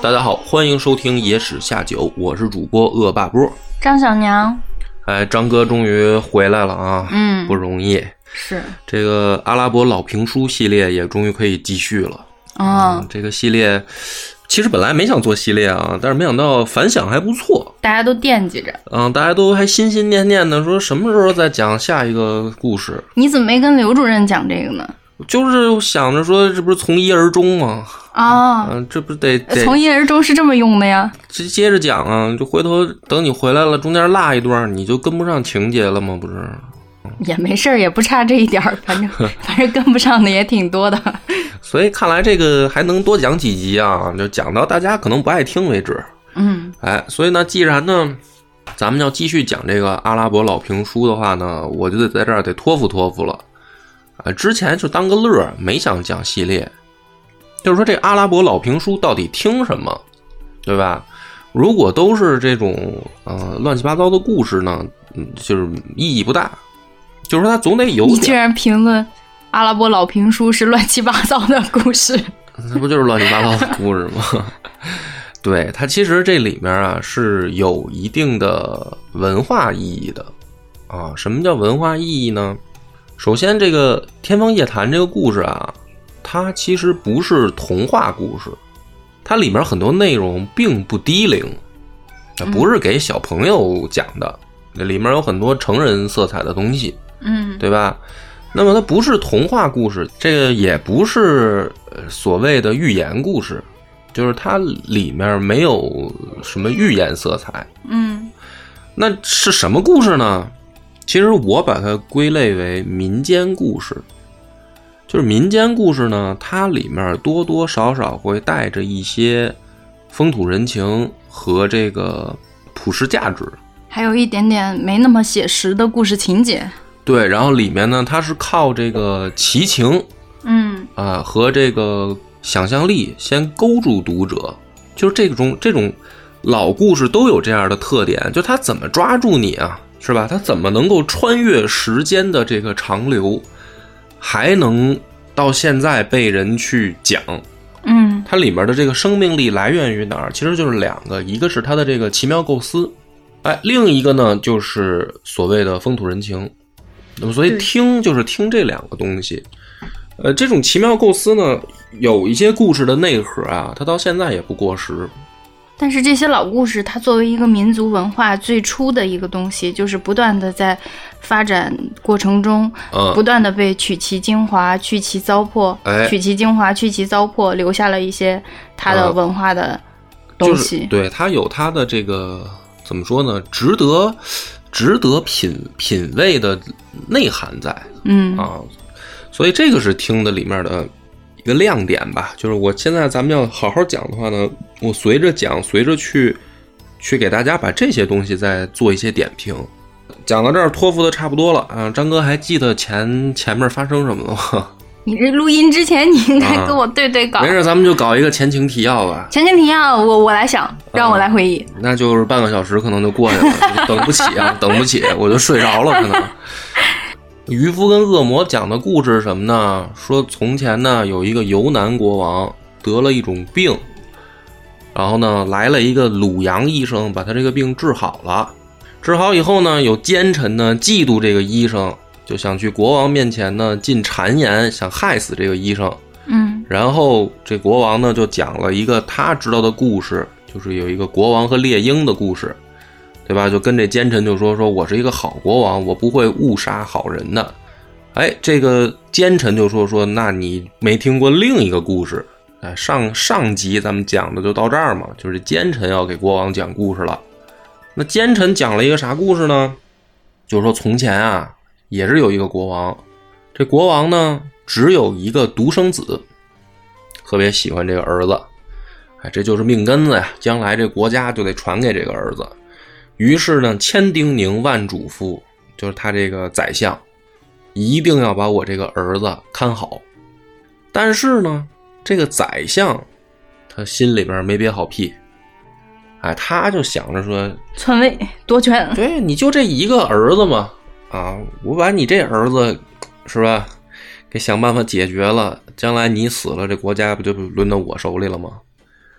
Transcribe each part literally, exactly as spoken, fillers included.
大家好，欢迎收听野史下酒，我是主播恶霸波张小娘。 哎，张哥终于回来了啊， 嗯， 不容易。 是这个阿拉伯老评书系列也终于可以继续了。 哦、 嗯，这个系列其实本来没想做系列啊，但是没想到反响还不错， 大家都惦记着。 嗯，大家都还心心念念的说什么时候再讲下一个故事。 你怎么没跟刘主任讲这个呢？ 就是想着说这不是从一而终吗？ 啊、哦， 嗯，这不得得从一而终是这么用的呀？ 接接着讲啊，就回头等你回来了，中间落一段，你就跟不上情节了吗？不是？ 也没事儿，也不差这一点儿，反正反正跟不上的也挺多的。 所以看来这个还能多讲几集啊，就讲到大家可能不爱听为止。 嗯， 哎，所以呢，既然呢，咱们要继续讲这个阿拉伯老评书的话呢，我就得在这儿得托付托付了。啊，之前就当个乐，没想讲系列，就是说这阿拉伯老评书到底听什么，对吧？如果都是这种呃乱七八糟的故事呢，嗯，就是意义不大。就是说它总得有点。 你居然评论阿拉伯老评书是乱七八糟的故事， 那不就是乱七八糟的故事吗？对，它其实这里面啊是有一定的文化意义的啊。什么叫文化意义呢？首先，这个天方夜谭这个故事啊，它其实不是童话故事，它里面很多内容并不低龄，不是给小朋友讲的，嗯、里面有很多成人色彩的东西， 嗯， 对吧？那么它不是童话故事，这个也不是所谓的寓言故事，就是它里面没有什么寓言色彩， 嗯， 那是什么故事呢？其实我把它归类为民间故事，就是民间故事呢，它里面多多少少会带着一些风土人情和这个普世价值， 还有一点点没那么写实的故事情节。 对，然后里面呢，它是靠这个奇情， 嗯啊和这个想象力先勾住读者，就是这种这种老故事都有这样的特点，就它怎么抓住你啊？是吧？它怎么能够穿越时间的这个长流，还能到现在被人去讲？ 嗯， 它里面的这个生命力来源于哪儿？其实就是两个，一个是它的这个奇妙构思，哎，另一个呢就是所谓的风土人情。那么，所以听就是听这两个东西。呃，这种奇妙构思呢，有一些故事的内核啊，它到现在也不过时。 但是这些老故事它作为一个民族文化最初的一个东西，就是不断的在发展过程中、嗯、不断的被取其精华去其糟粕、哎、取其精华去其糟粕，留下了一些它的文化的东西、嗯就是、 对，它有它的这个怎么说呢，值得值得品品味的内涵在。 嗯啊，所以这个是听的里面的一个亮点吧。就是我现在咱们要好好讲的话呢，我随着讲随着去去给大家把这些东西再做一些点评。讲到这儿托付的差不多了啊，张哥还记得前前面发生什么了吗？ 你这录音之前你应该跟我对对稿、 啊、没事，咱们就搞一个前情提要吧。 前情提要我我来想，让我来回忆、 啊、那就是半个小时可能就过去了，等不起啊等不起，我就睡着了可能。渔夫跟恶魔讲的故事是什么呢？说从前呢有一个游南国王得了一种病，然后呢来了一个鲁阳医生把他这个病治好了。治好以后呢，有奸臣呢嫉妒这个医生，就想去国王面前呢进谗言，想害死这个医生。 嗯， 然后这国王呢就讲了一个他知道的故事，就是有一个国王和猎鹰的故事，对吧？就跟这奸臣就说说我是一个好国王，我不会误杀好人的。哎，这个奸臣就说说那你没听过另一个故事？哎，上上集咱们讲的就到这儿嘛，就是奸臣要给国王讲故事了。那奸臣讲了一个啥故事呢？就是说从前啊也是有一个国王，这国王呢只有一个独生子，特别喜欢这个儿子，哎，这就是命根子呀，将来这国家就得传给这个儿子。于是呢，千叮咛万嘱咐，就是他这个宰相一定要把我这个儿子看好。但是呢，这个宰相他心里边没憋好屁，哎，他就想着说篡位夺权， 对，你就这一个儿子嘛，啊，我把你这儿子是吧给想办法解决了，将来你死了，这国家不就轮到我手里了吗？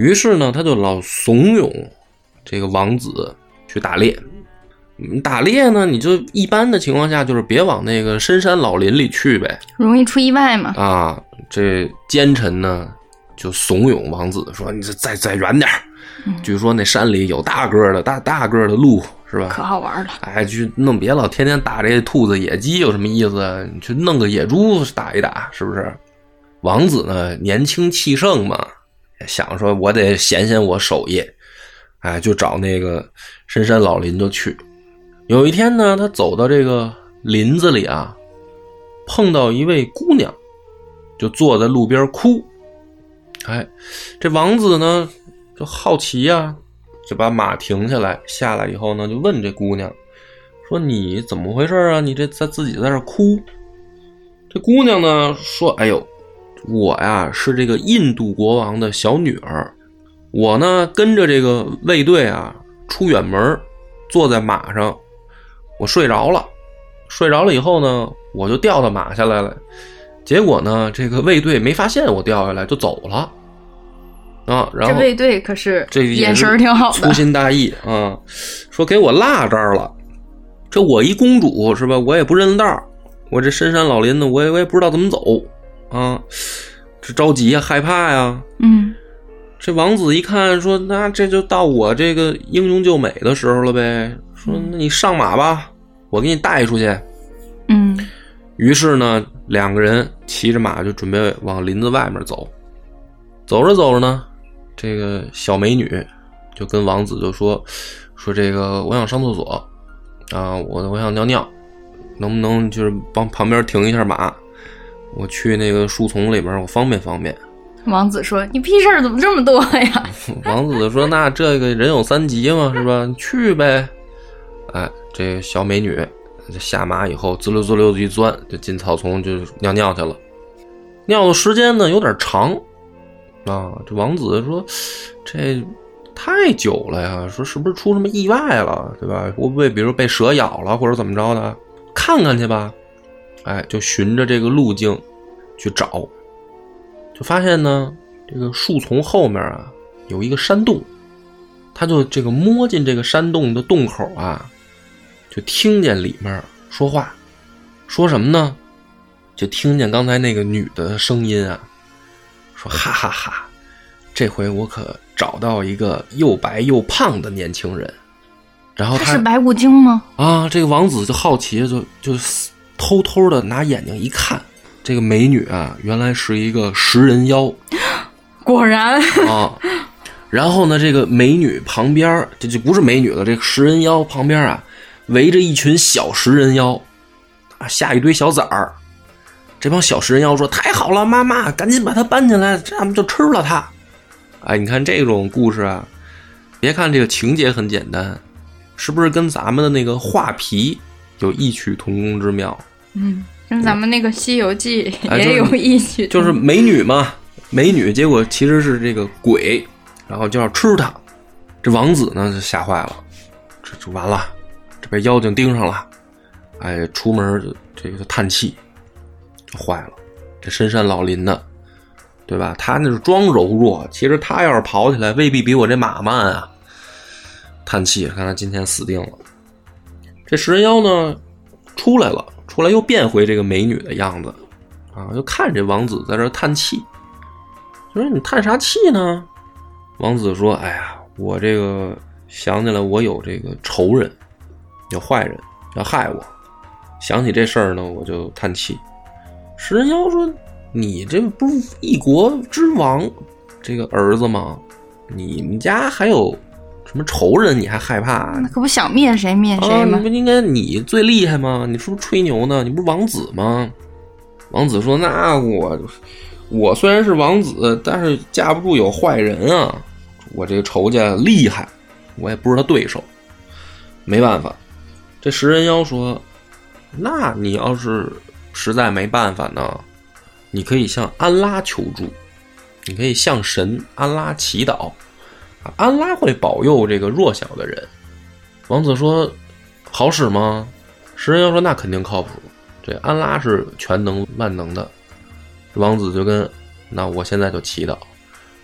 于是呢，他就老怂恿这个王子去打猎。打猎呢，你就一般的情况下就是别往那个深山老林里去呗， 容易出意外嘛。 啊，这奸臣呢就怂恿王子说：“你再再远点。嗯”据说那山里有大个的大大个的鹿，是吧？ 可好玩了。 哎，去弄别老天天打这兔子野鸡有什么意思？你去弄个野猪打一打，是不是？王子呢年轻气盛嘛，想说我得显显我手艺，哎，就找那个深山老林就去。有一天呢，他走到这个林子里啊，碰到一位姑娘，就坐在路边哭。哎，这王子呢就好奇啊，就把马停下来，下来以后呢，就问这姑娘说：“你怎么回事啊？你这在自己在这哭？”这姑娘呢说：“哎呦，我呀是这个印度国王的小女儿，我呢跟着这个卫队啊出远门，坐在马上。我睡着了，睡着了以后呢，我就掉到马下来了。结果呢，这个卫队没发现我掉下来，就走了。啊，然后这卫队可是这眼神挺好的， 粗心大意啊，说给我落这儿了。这我一公主是吧？我也不认道，我这深山老林的，我也我也不知道怎么走啊，这着急呀，害怕呀。 嗯， 这王子一看说，那这就到我这个英雄救美的时候了呗。说那你上马吧，我给你带出去。 嗯， 于是呢，两个人骑着马就准备往林子外面走。走着走着呢，这个小美女就跟王子就说说这个我想上厕所啊，我我想尿尿，能不能就是帮旁边停一下马，我去那个树丛里边，我方便方便。 王子说：“你屁事儿怎么这么多呀？” 王子说：“那这个人有三急嘛，是吧？你去呗。”哎，这个小美女下马以后，滋溜滋溜的一钻，就进草丛就尿尿去了。尿的时间呢有点长啊。这王子说：“这太久了呀，说是不是出什么意外了，对吧？会不会比如被蛇咬了或者怎么着的？看看去吧。”哎，就循着这个路径去找，就发现呢，这个树丛后面啊有一个山洞，他就这个摸进这个山洞的洞口啊。就听见里面说话，说什么呢？就听见刚才那个女的声音啊，说哈哈哈，这回我可找到一个又白又胖的年轻人。然后他是白骨精吗？ 啊，这个王子就好奇，就就偷偷的拿眼睛一看，这个美女啊，原来是一个食人妖。 果然啊。然后呢，这个美女旁边，这就不是美女了，这个食人妖旁边啊。围着一群小食人妖啊，下一堆小崽儿。这帮小食人妖说：“太好了，妈妈，赶紧把它搬进来，这样就吃了它。”哎，你看这种故事啊，别看这个情节很简单，是不是跟咱们的那个画皮有异曲同工之妙？ 嗯，跟咱们那个《西游记》也有异曲、 哎就是，就是美女嘛，美女，结果其实是这个鬼，然后就要吃它。这王子呢就吓坏了，这就完了。这被妖精盯上了，哎，出门就这个就叹气，就坏了。这深山老林的，对吧？他那是装柔弱，其实他要是跑起来，未必比我这马慢啊。叹气，看他今天死定了。这食人妖呢，出来了，出来又变回这个美女的样子啊，就看这王子在这叹气，就说：“你叹啥气呢？”王子说：“哎呀，我这个想起来，我有这个仇人。”有坏人要害我，想起这事儿呢，我就叹气。食人妖说：“你这不是一国之王这个儿子吗？你们家还有什么仇人？你还害怕？ 那可不想灭谁灭谁吗？ 啊、你不应该你最厉害吗？你是不是吹牛呢？你不是王子吗？”王子说：“那我我虽然是王子，但是架不住有坏人啊！我这个仇家厉害，我也不是他对手，没办法。”这食人妖说：“那你要是实在没办法呢，你可以向安拉求助，你可以向神安拉祈祷，安拉会保佑这个弱小的人。”王子说：“好使吗？”食人妖说：“那肯定靠谱，这安拉是全能万能的。”王子就跟：“那我现在就祈祷。”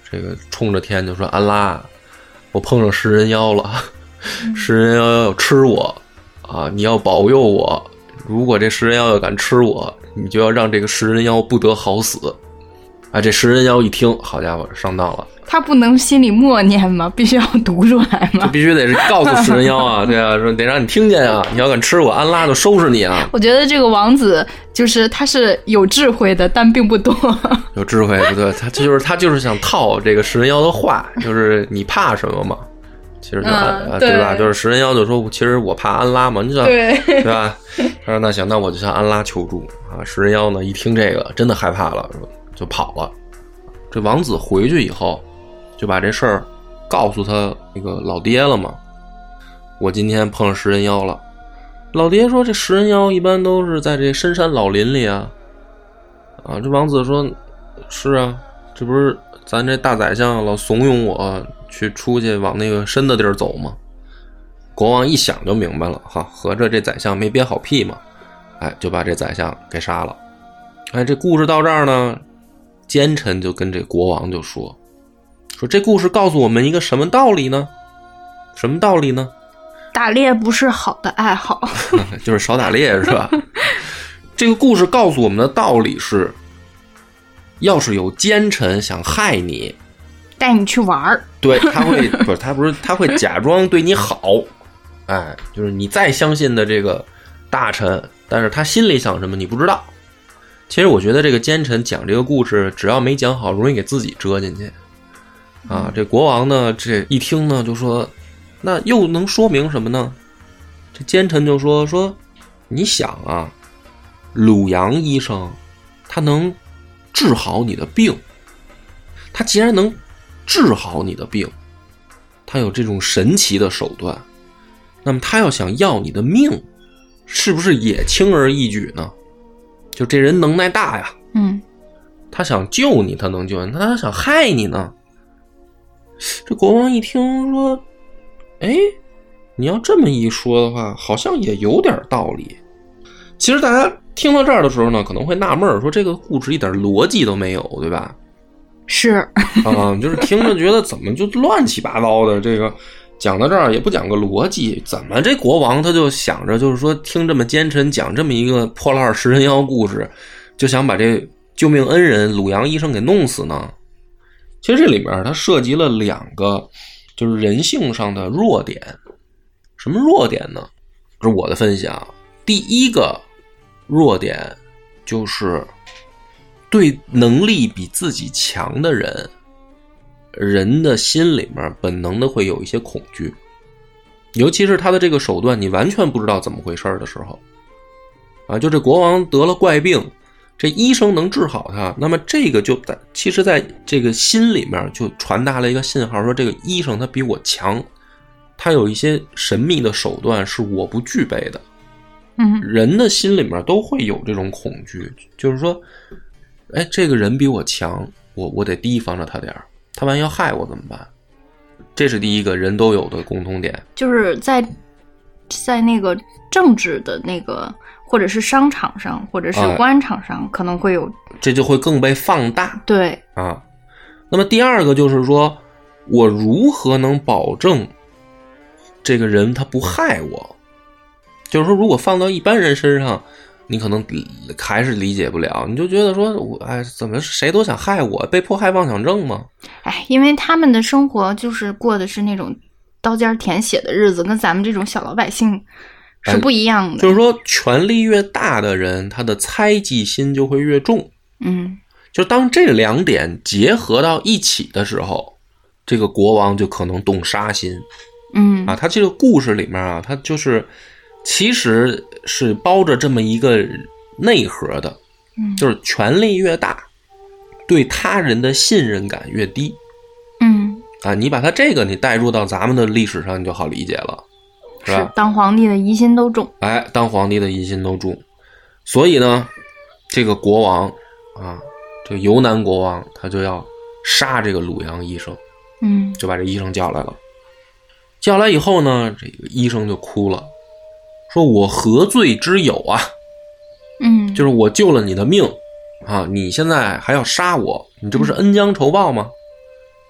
这个冲着天就说安拉，我碰上食人妖了，食人妖要吃我啊，你要保佑我，如果这食人妖要敢吃我，你就要让这个食人妖不得好死啊。这食人妖一听，好家伙，上当了。 他不能心里默念吗？必须要读出来吗？ 就必须得是告诉食人妖啊，对啊，说得让你听见啊，你要敢吃我，安拉就收拾你啊。 我觉得这个王子就是他是有智慧的，但并不多。 有智慧，对，他就是他就是想套这个食人妖的话，就是你怕什么嘛？其实就、嗯啊、对吧？就是食人妖就说，其实我怕安拉嘛，你知道对对吧？他说那行，那我就向安拉求助啊。食人妖呢一听这个，真的害怕了，就跑了。这王子回去以后。就把这事儿告诉他那个老爹了嘛，我今天碰上食人妖了。老爹说这食人妖一般都是在这深山老林里啊。啊，这王子说是啊，这不是咱这大宰相老怂恿我去出去往那个深的地儿走吗？国王一想就明白了，哈，合着这宰相没憋好屁嘛，哎，就把这宰相给杀了。哎，这故事到这儿呢，奸臣就跟这国王就说说这故事告诉我们一个什么道理呢？什么道理呢？ 打猎不是好的爱好。 就是少打猎是吧？这个故事告诉我们的道理是，要是有奸臣想害你， 带你去玩， 对，他会不是他不是他会假装对你好，哎，就是你再相信的这个大臣，但是他心里想什么你不知道。其实我觉得这个奸臣讲这个故事，只要没讲好，容易给自己遮进去。啊，这国王呢，这一听呢，就说，那又能说明什么呢？这奸臣就说说，你想啊，鲁阳医生，他能治好你的病，他既然能治好你的病，他有这种神奇的手段，那么他要想要你的命，是不是也轻而易举呢？就这人能耐大呀， 嗯， 他想救你，他能救你，他想害你呢。这国王一听说，哎，你要这么一说的话，好像也有点道理。其实大家听到这儿的时候呢，可能会纳闷，说这个故事一点逻辑都没有，对吧？ 是啊，就是听着觉得怎么就乱七八糟的，这个讲到这儿也不讲个逻辑，怎么这国王他就想着就是说听这么奸臣讲这么一个破烂食人妖故事，就想把这救命恩人鲁阳医生给弄死呢？其实这里面它涉及了两个就是人性上的弱点。什么弱点呢？这是我的分析啊。第一个弱点就是对能力比自己强的人，人的心里面本能的会有一些恐惧，尤其是他的这个手段你完全不知道怎么回事的时候啊，就这国王得了怪病，这医生能治好他，那么这个就其实在这个心里面就传达了一个信号，说这个医生他比我强，他有一些神秘的手段是我不具备的。 嗯， 人的心里面都会有这种恐惧，就是说，哎，这个人比我强，我我得提防着他点儿，他万一要害我怎么办？这是第一个人都有的共同点， 就是在在那个政治的那个。或者是商场上，或者是官场上，啊，可能会有， 这就会更被放大。 对啊，那么第二个就是说，我如何能保证这个人他不害我？就是说，如果放到一般人身上，你可能还是理解不了，你就觉得说，我哎，怎么谁都想害我？被迫害妄想症吗？ 哎，因为他们的生活就是过的是那种刀尖舔血的日子，跟咱们这种小老百姓是不一样的。 就是说权力越大的人，他的猜忌心就会越重。 嗯， 就当这两点结合到一起的时候，这个国王就可能动杀心。 嗯啊，他这个故事里面啊，他就是其实是包着这么一个内核的。 嗯， 就是权力越大，对他人的信任感越低。 嗯， 啊，你把他这个你带入到咱们的历史上，你就好理解了。是吧？ 是当皇帝的疑心都重， 哎，当皇帝的疑心都重，所以呢，这个国王啊，这个游南国王，他就要杀这个鲁阳医生， 嗯， 就把这医生叫来了。叫来以后呢，这个医生就哭了，说我何罪之有啊？ 嗯， 就是我救了你的命啊，你现在还要杀我，你这不是恩将仇报吗？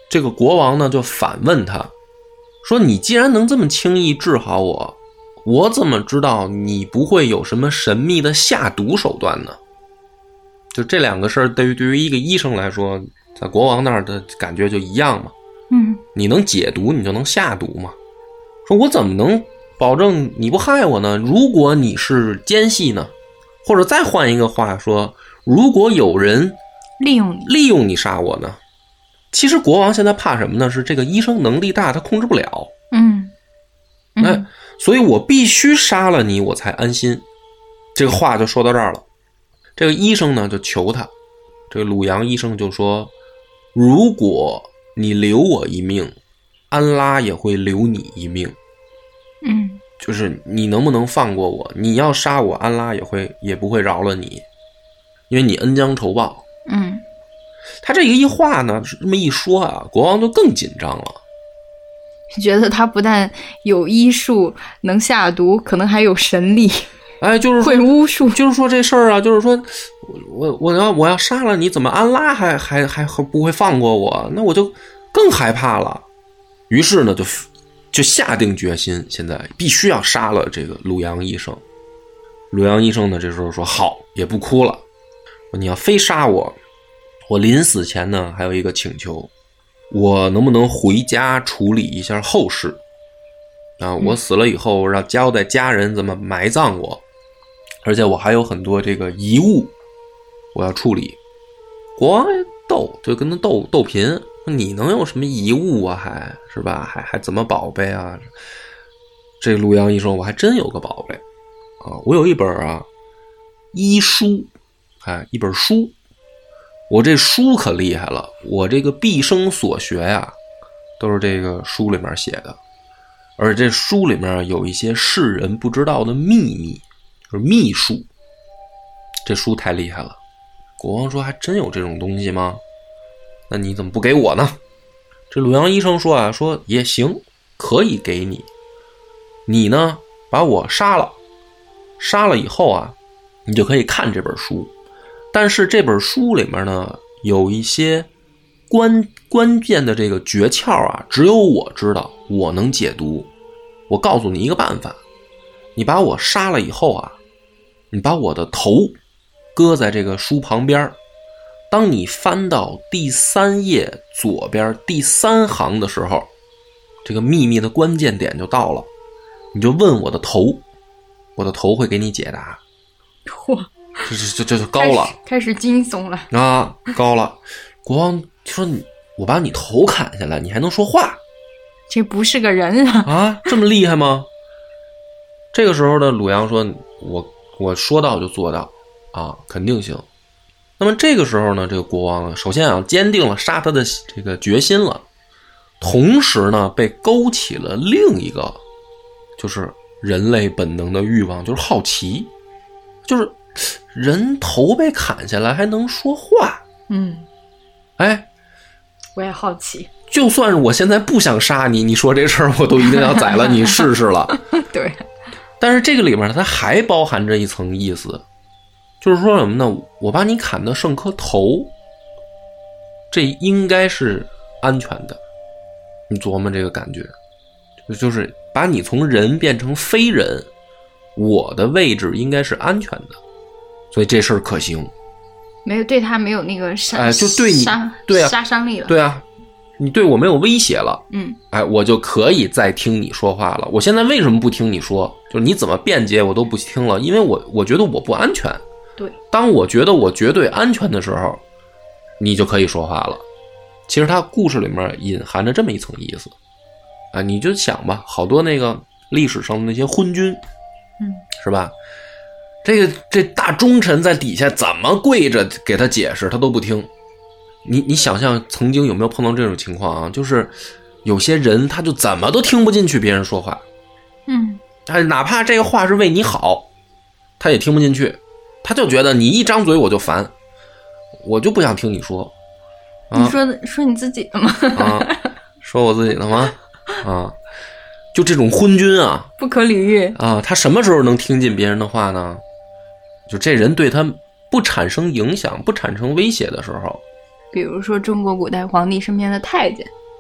这个国王呢就反问他说，你既然能这么轻易治好我，我怎么知道你不会有什么神秘的下毒手段呢？就这两个事儿对于对于一个医生来说，在国王那儿的感觉就一样嘛。 嗯， 你能解毒你就能下毒嘛。说我怎么能保证你不害我呢？如果你是奸细呢？或者再换一个话说，如果有人利用你利用你杀我呢？其实国王现在怕什么呢？是这个医生能力大，他控制不了。 嗯，嗯哎，所以我必须杀了你，我才安心。这个话就说到这儿了。这个医生呢就求他，这个鲁阳医生就说，如果你留我一命，安拉也会留你一命。 嗯， 就是你能不能放过我？你要杀我，安拉也会也不会饶了你，因为你恩将仇报。 嗯， 他这个一话呢，这么一说啊，国王就更紧张了， 觉得他不但有医术能下毒，可能还有神力。 哎，就是会巫术， 就是说这事儿啊，就是说我我要我要杀了你，怎么安拉还还还不会放过我？那我就更害怕了。于是呢，就就下定决心，现在必须要杀了这个鲁阳医生。鲁阳医生呢，这时候说好，也不哭了，你要非杀我，我临死前呢还有一个请求，我能不能回家处理一下后事啊？我死了以后，让交代家人怎么埋葬我。而且我还有很多这个遗物我要处理。国王斗就跟他斗斗贫，你能有什么遗物啊？还是吧？还还怎么宝贝啊？这陆阳医生我还真有个宝贝啊！我有一本啊医书，哎，一本书。我这书可厉害了，我这个毕生所学呀，都是这个书里面写的。而这书里面有一些世人不知道的秘密，就是秘术。这书太厉害了。国王说还真有这种东西吗？那你怎么不给我呢？这鲁阳医生说啊，说也行，可以给你。你呢把我杀了，杀了以后啊，你就可以看这本书。但是这本书里面呢有一些关关键的这个诀窍啊，只有我知道，我能解读。我告诉你一个办法，你把我杀了以后啊，你把我的头搁在这个书旁边，当你翻到第三页左边第三行的时候，这个秘密的关键点就到了，你就问我的头，我的头会给你解答。 哇， 这这这就高了， 开始, 开始惊悚了啊，高了。国王说你，我把你头砍下来，你还能说话？ 这不是个人啊！ 啊，这么厉害吗？这个时候呢，鲁阳说，我我说到就做到啊，肯定行。那么这个时候呢，这个国王首先啊，坚定了杀他的这个决心了，同时呢，被勾起了另一个，就是人类本能的欲望，就是好奇，就是人头被砍下来还能说话。 嗯， 哎， 我也好奇。 就算是我现在不想杀你，你说这事儿我都一定要宰了你试试了。 对。 但是这个里面它还包含着一层意思，就是说什么呢？我把你砍的剩颗头，这应该是安全的。你琢磨这个感觉，就是把你从人变成非人，我的位置应该是安全的，所以这事儿可行。 没有对他没有那个杀， 哎，就对你杀对啊杀伤力了。 对啊，你对我没有威胁了， 嗯， 哎，我就可以再听你说话了。我现在为什么不听你说？就是你怎么辩解我都不听了，因为我我觉得我不安全。 对， 当我觉得我绝对安全的时候，你就可以说话了。其实它故事里面隐含着这么一层意思啊，你就想吧，好多那个历史上的那些昏君， 嗯， 是吧？这个这大忠臣在底下怎么跪着给他解释，他都不听。你你想象曾经有没有碰到这种情况啊？就是有些人他就怎么都听不进去别人说话， 嗯， 他哪怕这个话是为你好，他也听不进去，他就觉得你一张嘴我就烦，我就不想听你说。啊、 你说的说你自己的吗？ 啊，说我自己的吗？啊，就这种昏君啊， 不可理喻啊，他什么时候能听进别人的话呢？就这人对他不产生影响、不产生威胁的时候。 比如说中国古代皇帝身边的太监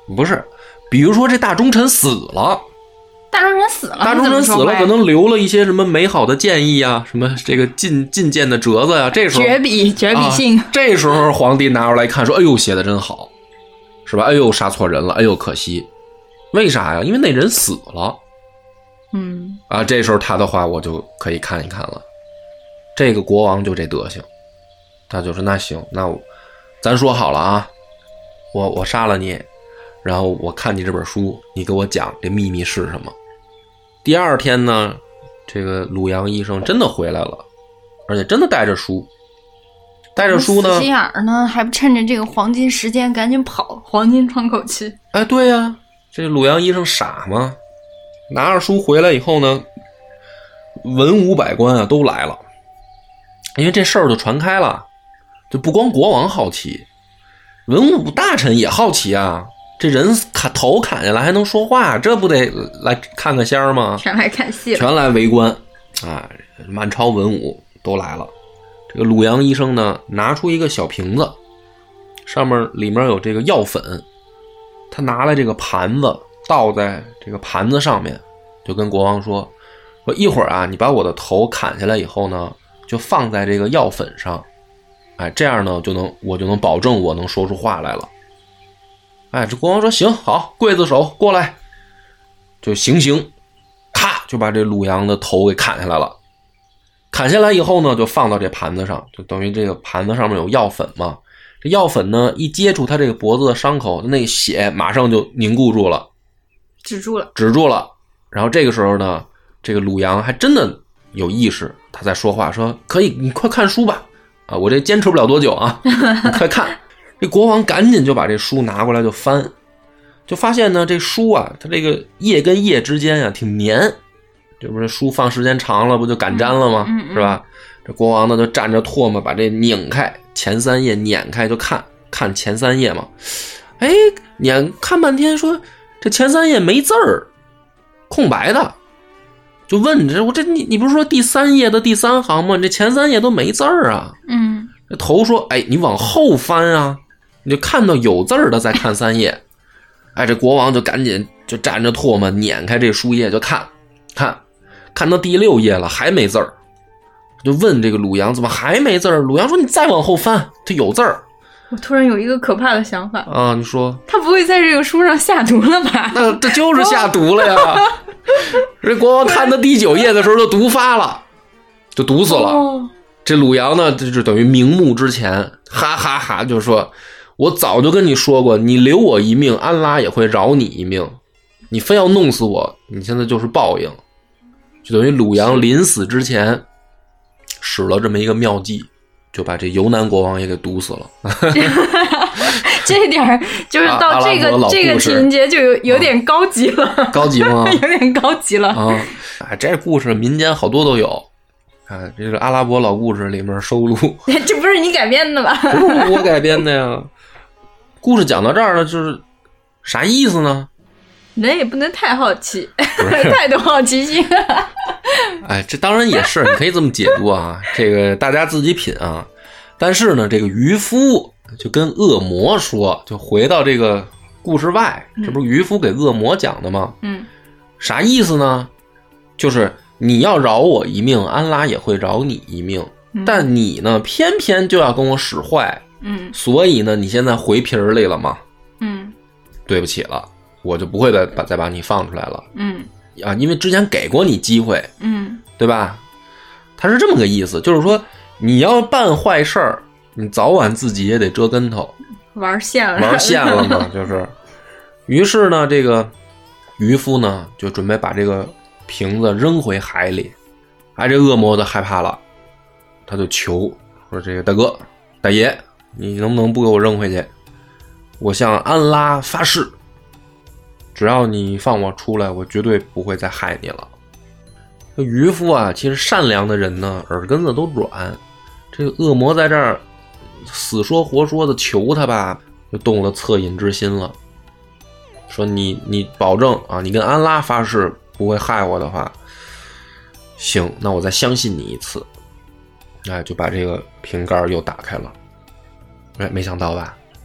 不是，比如说这大忠臣死了。 大忠臣死了， 大忠臣死了，可能留了一些什么美好的建议啊，什么这个进进谏的折子呀、啊，这时候绝笔绝笔信、 啊，这时候皇帝拿出来看，说：“哎呦，写的真好，是吧？哎呦，杀错人了，哎呦，可惜，为啥呀？因为那人死了。” 嗯啊，这时候他的话我就可以看一看了。这个国王就这德行，他就说：“那行，那我咱说好了啊，我我杀了你，然后我看你这本书，你给我讲这秘密是什么。”第二天呢，这个鲁阳医生真的回来了，而且真的带着书，带着书呢， 死心眼儿呢，还不趁着这个黄金时间赶紧跑，黄金窗口期。 哎，对呀、啊，这鲁阳医生傻吗？拿着书回来以后呢，文武百官啊都来了，因为这事儿就传开了，就不光国王好奇，文武大臣也好奇啊。这人砍头砍下来还能说话，这不得来看个仙儿吗？ 全来看戏了， 全来围观啊！满朝文武都来了。这个鲁阳医生呢，拿出一个小瓶子，上面里面有这个药粉，他拿来这个盘子倒在这个盘子上面，就跟国王说：“说一会儿啊，你把我的头砍下来以后呢，就放在这个药粉上，哎，这样呢就能我就能保证我能说出话来了。”哎，这国王说：“行，好，刽子手过来，就行刑。”咔，就把这鲁阳的头给砍下来了。砍下来以后呢，就放到这盘子上，就等于这个盘子上面有药粉嘛。这药粉呢，一接触他这个脖子的伤口，那血马上就凝固住了， 止住了， 止住了。然后这个时候呢，这个鲁阳还真的有意识，他在说话，说：“可以，你快看书吧，啊，我这坚持不了多久啊，你快看。”这国王赶紧就把这书拿过来就翻，就发现呢，这书啊，它这个页跟页之间啊挺绵，这不是书放时间长了不就擀粘了吗？ 嗯嗯嗯、 是吧？这国王呢就蘸着唾沫把这拧开，前三页碾开就看看前三页嘛。哎，碾看半天说这前三页没字儿，空白的，就问这我这你你不是说第三页的第三行吗？这前三页都没字儿啊。 嗯， 这头说：“哎，你往后翻啊。”你就看到有字儿的再看三页，哎，这国王就赶紧就沾着唾沫碾开这书页就看，看，看到第六页了还没字儿，就问这个鲁阳怎么还没字儿？鲁阳说：“你再往后翻，它有字儿。” 我突然有一个可怕的想法啊，你说他不会在这个书上下毒了吧？ 那这就是下毒了呀！这国王看到第九页的时候就毒发了，就毒死了。哦、这鲁阳呢，这就等于瞑目之前，哈哈哈，就说。我早就跟你说过，你留我一命，安拉也会饶你一命。你非要弄死我，你现在就是报应。就等于鲁阳临死之前使了这么一个妙计，就把这尤南国王也给毒死了。 这点就是到这个、啊、这个情节就有有点高级了，啊、 高级吗？ 有点高级了啊！哎，这故事民间好多都有。啊，这个阿拉伯老故事里面收录， 这不是你改编的吧？ 不是我改编的呀。故事讲到这儿呢，就是啥意思呢？ 人也不能太好奇，太多好奇心。 哎，这当然也是，你可以这么解读啊，这个大家自己品啊。但是呢，这个渔夫就跟恶魔说，就回到这个故事外，这不是渔夫给恶魔讲的吗？ 嗯， 啥意思呢？就是你要饶我一命，安拉也会饶你一命， 嗯、 但你呢，偏偏就要跟我使坏。 嗯， 所以呢，你现在回皮儿里了吗？ 嗯， 对不起了，我就不会再把再把你放出来了。 嗯， 啊，因为之前给过你机会， 嗯， 对吧？他是这么个意思，就是说你要办坏事儿，你早晚自己也得折跟头， 玩线了， 玩线了嘛，就是。于是呢，这个渔夫呢就准备把这个瓶子扔回海里，哎，这恶魔就害怕了，他就求说：“这个大哥、大爷。”你能不能不给我扔回去？我向安拉发誓，只要你放我出来，我绝对不会再害你了。这渔夫啊，其实善良的人呢，耳根子都软。这个恶魔在这儿死说活说的求他吧，就动了恻隐之心了。说你你保证啊，你跟安拉发誓不会害我的话，行，那我再相信你一次。哎，就把这个瓶盖又打开了。哎，没想到吧，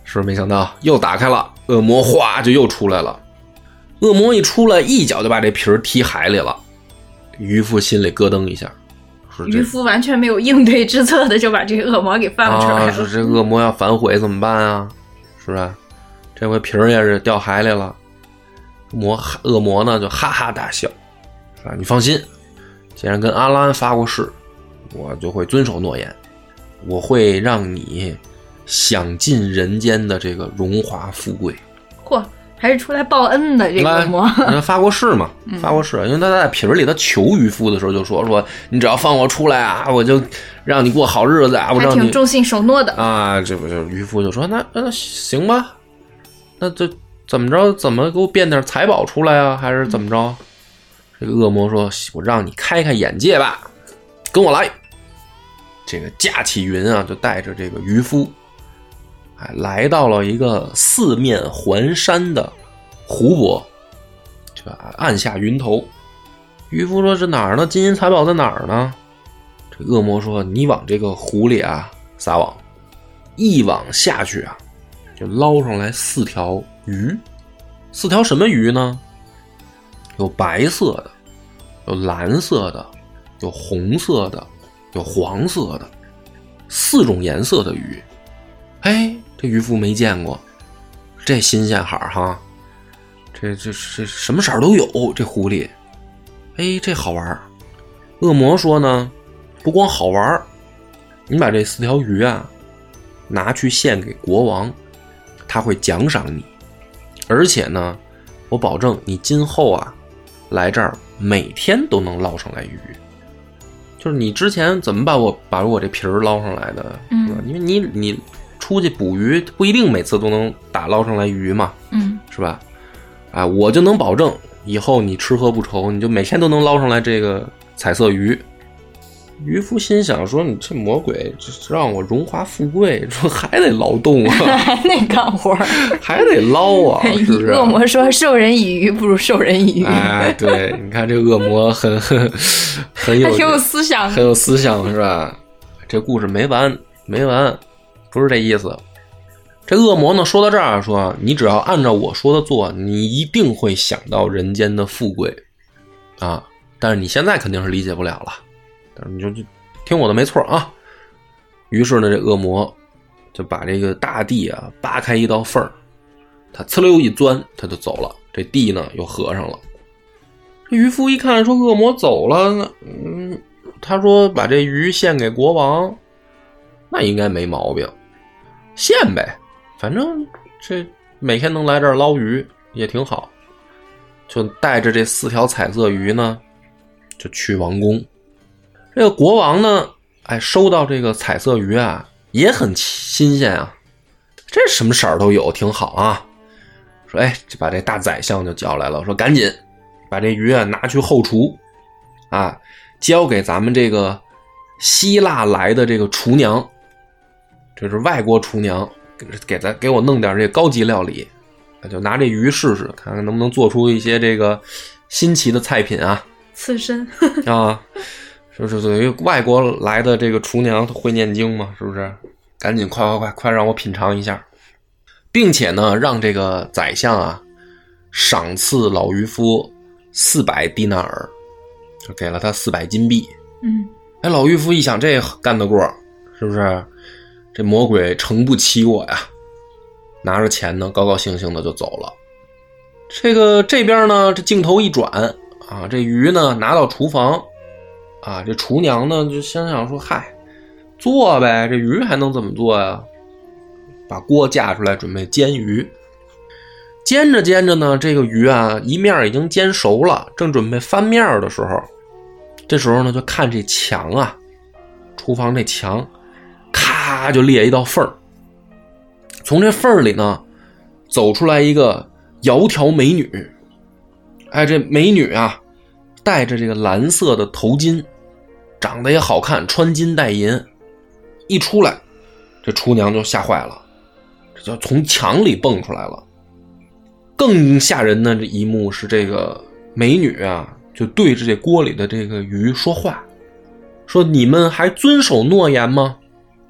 是不是没想到又打开了，恶魔哗就又出来了。恶魔一出来，一脚就把这皮儿踢海里了。渔夫心里咯噔一下， 渔夫完全没有应对之策的就把这个恶魔给放出来了。 啊、说这恶魔要反悔怎么办啊？是不是？这回皮儿也是掉海里了。魔恶魔呢就哈哈大笑，是吧？你放心，既然跟阿拉安发过誓，我就会遵守诺言，我会让你享尽人间的这个荣华富贵。 嚯！还是出来报恩的这个恶魔， 发过誓嘛，发过誓，因为他在皮儿里他求渔夫的时候就说说，你只要放我出来啊，我就让你过好日子啊，我让你还挺重信守诺的啊。这不就渔夫就说那那行吧，那这怎么着？怎么给我变点财宝出来啊？还是怎么着？嗯、这个恶魔说，我让你开开眼界吧，跟我来。这个架起云啊，就带着这个渔夫。哎，来到了一个四面环山的湖泊，就按下云头。渔夫说：“这哪儿呢？金银财宝在哪儿呢？”这恶魔说：“你往这个湖里啊撒网，一网下去啊，就捞上来四条鱼。四条什么鱼呢？有白色的，有蓝色的，有红色的，有黄色的，四种颜色的鱼。哎。”这渔夫没见过，这新鲜海哈，这这这什么色儿都有，这湖里，哎，这好玩。恶魔说呢，不光好玩，你把这四条鱼啊拿去献给国王，他会奖赏你，而且呢，我保证你今后啊来这儿每天都能捞上来鱼。就是你之前怎么把我把我这皮儿捞上来的？嗯，是吧？因为你你。出去捕鱼不一定每次都能打捞上来鱼嘛，嗯，是吧？啊，我就能保证以后你吃喝不愁，你就每天都能捞上来这个彩色鱼。渔夫心想说：“你这魔鬼，这让我荣华富贵，说还得劳动啊， 还得干活， 还得捞啊，是不是？” 恶魔说：“授人以鱼不如授人以渔。” 哎，对，你看这恶魔很很很有， 挺有思想， 很有思想，是吧？这故事没完，没完。不是这意思，这恶魔呢说到这儿说，你只要按照我说的做，你一定会享到人间的富贵啊！但是你现在肯定是理解不了了，但是你就听我的没错啊。于是呢，这恶魔就把这个大地啊扒开一道缝儿，他呲溜一钻，他就走了，这地呢又合上了。渔夫一看说恶魔走了，嗯，他说把这鱼献给国王，那应该没毛病。献呗，反正这每天能来这儿捞鱼也挺好，就带着这四条彩色鱼呢，就去王宫。这个国王呢，哎，收到这个彩色鱼啊，也很新鲜啊，这什么色儿都有，挺好啊。说，哎，就把这大宰相就叫来了，说赶紧把这鱼啊拿去后厨，啊，交给咱们这个希腊来的这个厨娘。这是外国厨娘，给给咱给我弄点这高级料理，就拿这鱼试试，看看能不能做出一些这个新奇的菜品啊。 刺身啊，是是是，外国来的这个厨娘会念经嘛，是不是？赶紧快快快快让我品尝一下，并且呢，让这个宰相啊赏赐老渔夫四百迪纳尔，就给了他四百金币。嗯，哎，老渔夫一想，这干得过，是不是？这魔鬼诚不欺我呀，拿着钱呢高高兴兴的就走了。这个这边呢，这镜头一转啊，这鱼呢拿到厨房啊，这厨娘呢就想想说，嗨，做呗，这鱼还能怎么做呀？把锅架出来准备煎鱼。煎着煎着呢，这个鱼啊一面已经煎熟了，正准备翻面的时候，这时候呢就看这墙啊，厨房这墙咔就裂一道缝儿，从这缝儿里呢走出来一个窈窕美女。哎，这美女啊戴着这个蓝色的头巾，长得也好看，穿金戴银。一出来，这厨娘就吓坏了，这就从墙里蹦出来了。更吓人的这一幕是这个美女啊就对着这锅里的这个鱼说话，说你们还遵守诺言吗？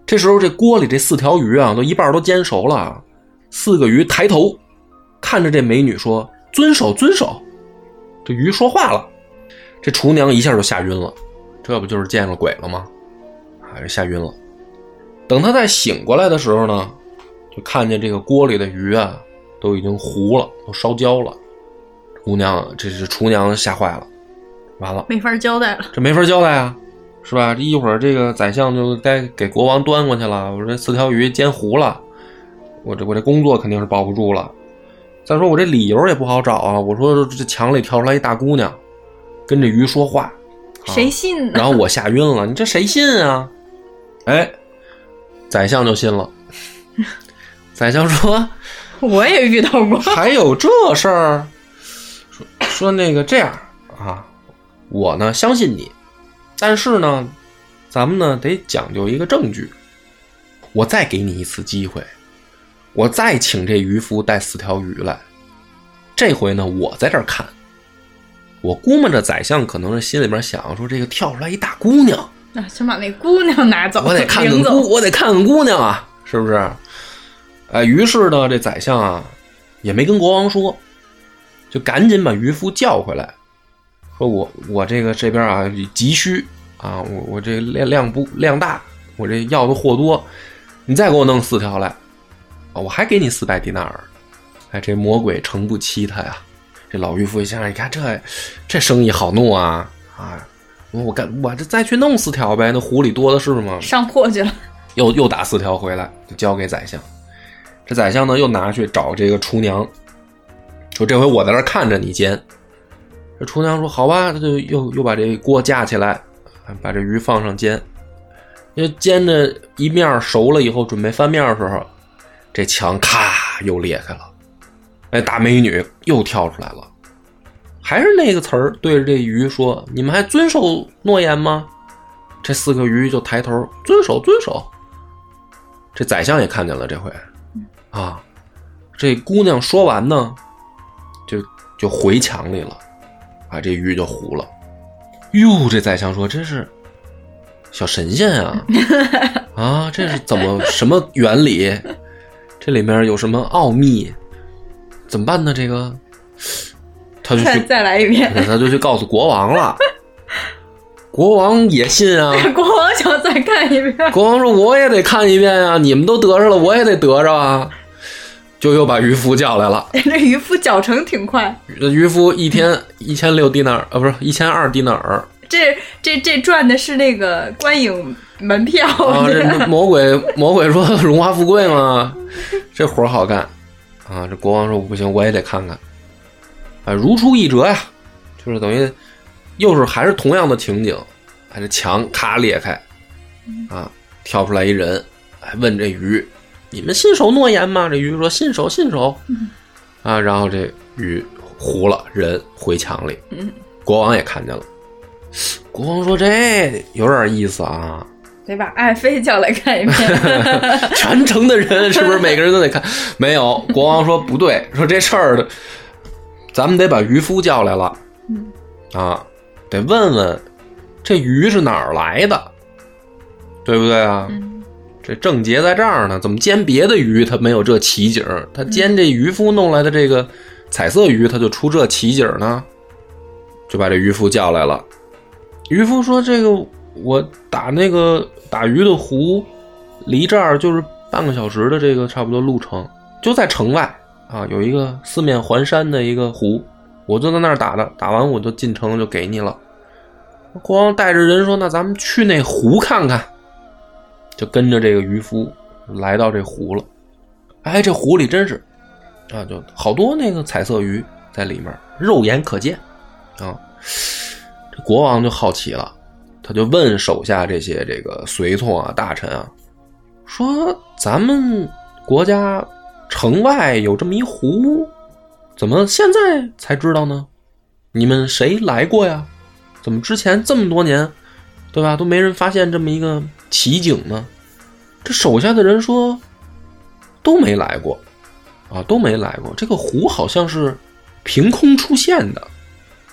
这时候这锅里这四条鱼啊，都一半都煎熟了。四个鱼抬头看着这美女说：“遵守，遵守。”这鱼说话了，这厨娘一下就吓晕了，这不就是见了鬼了吗？还是吓晕了。等她再醒过来的时候呢，就看见这个锅里的鱼啊，都已经糊了，都烧焦了。厨娘，这是厨娘吓坏了，完了， 没法交代了， 这没法交代啊。是吧？一会儿这个宰相就该给国王端过去了。我这四条鱼煎糊了，我这我这工作肯定是保不住了。再说我这理由也不好找啊。我说这墙里跳出来一大姑娘，跟这鱼说话， 谁信呢？ 然后我吓晕了，你这谁信啊？哎，宰相就信了。宰相说：“ 我也遇到过， 还有这事儿。说说那个这样啊，我呢相信你。”但是呢，咱们呢得讲究一个证据。我再给你一次机会，我再请这渔夫带四条鱼来。这回呢，我在这儿看。我估摸着宰相可能是心里边想说，这个跳出来一大姑娘， 啊，先把那姑娘拿走， 我得看看姑，我得看看姑娘啊，是不是？哎，于是呢，这宰相啊也没跟国王说，就赶紧把渔夫叫回来。说我我这个这边啊急需啊，我我这量量不量大，我这要的货多，你再给我弄四条来，啊，我还给你四百迪纳尔。哎，这魔鬼诚不欺他呀！这老渔夫一想，你看这这生意好弄啊啊！我干我这再去弄四条呗，那湖里多的是吗？ 上货去了， 又又打四条回来，就交给宰相。这宰相呢又拿去找这个厨娘，说这回我在这看着你煎。这厨娘说好吧，他就又又把这锅架起来，把这鱼放上煎。因为煎着一面熟了以后，准备翻面的时候，这墙咔又裂开了。哎，大美女又跳出来了，还是那个词儿对着这鱼说：“你们还遵守诺言吗？”这四个鱼就抬头遵守遵守。这宰相也看见了，这回啊，这姑娘说完呢，就就回墙里了。啊，这鱼就糊了。哟，这宰相说：“这是小神仙啊！啊，这是怎么什么原理？这里面有什么奥秘？怎么办呢？这个，他就去再再来一遍， 他就去告诉国王了。国王也信啊， 国王想再看一遍。 国王说：我也得看一遍啊！你们都得着了，我也得得着啊！就又把渔夫叫来了。 这渔夫脚程挺快。 渔夫一天一千六迪纳尔，呃，不是一千二迪纳尔。 这这这赚的是那个观影门票。 啊，这魔鬼魔鬼说荣华富贵嘛，这活好干啊！这国王说不行，我也得看看。啊，如出一辙呀，就是等于又是还是同样的情景，啊，这墙咔裂开，啊，跳出来一人，还问这鱼。你们信守诺言吗？这鱼说信守信守，啊，然后这鱼糊了，人回墙里，国王也看见了。国王说这有点意思啊， 得把爱妃叫来看一遍。 全城的人是不是每个人都得看？没有，国王说不对，说这事儿咱们得把渔夫叫来了，啊，得问问这鱼是哪儿来的，对不对啊？嗯，这症结在这儿呢，怎么煎别的鱼它没有这奇景，它煎这渔夫弄来的这个彩色鱼它就出这奇景呢？就把这渔夫叫来了。渔夫说这个我打那个打鱼的湖离这儿就是半个小时的这个差不多路程，就在城外啊，有一个四面环山的一个湖，我就在那儿打的，打完我就进城就给你了。国王带着人说那咱们去那湖看看，就跟着这个渔夫来到这湖了。哎，这湖里真是啊，就好多那个彩色鱼在里面，肉眼可见啊。这国王就好奇了，他就问手下这些这个随从啊大臣啊，说咱们国家城外有这么一湖，怎么现在才知道呢？你们谁来过呀？怎么之前这么多年对吧都没人发现这么一个奇景呢？这手下的人说都没来过啊，都没来过，这个湖好像是凭空出现的。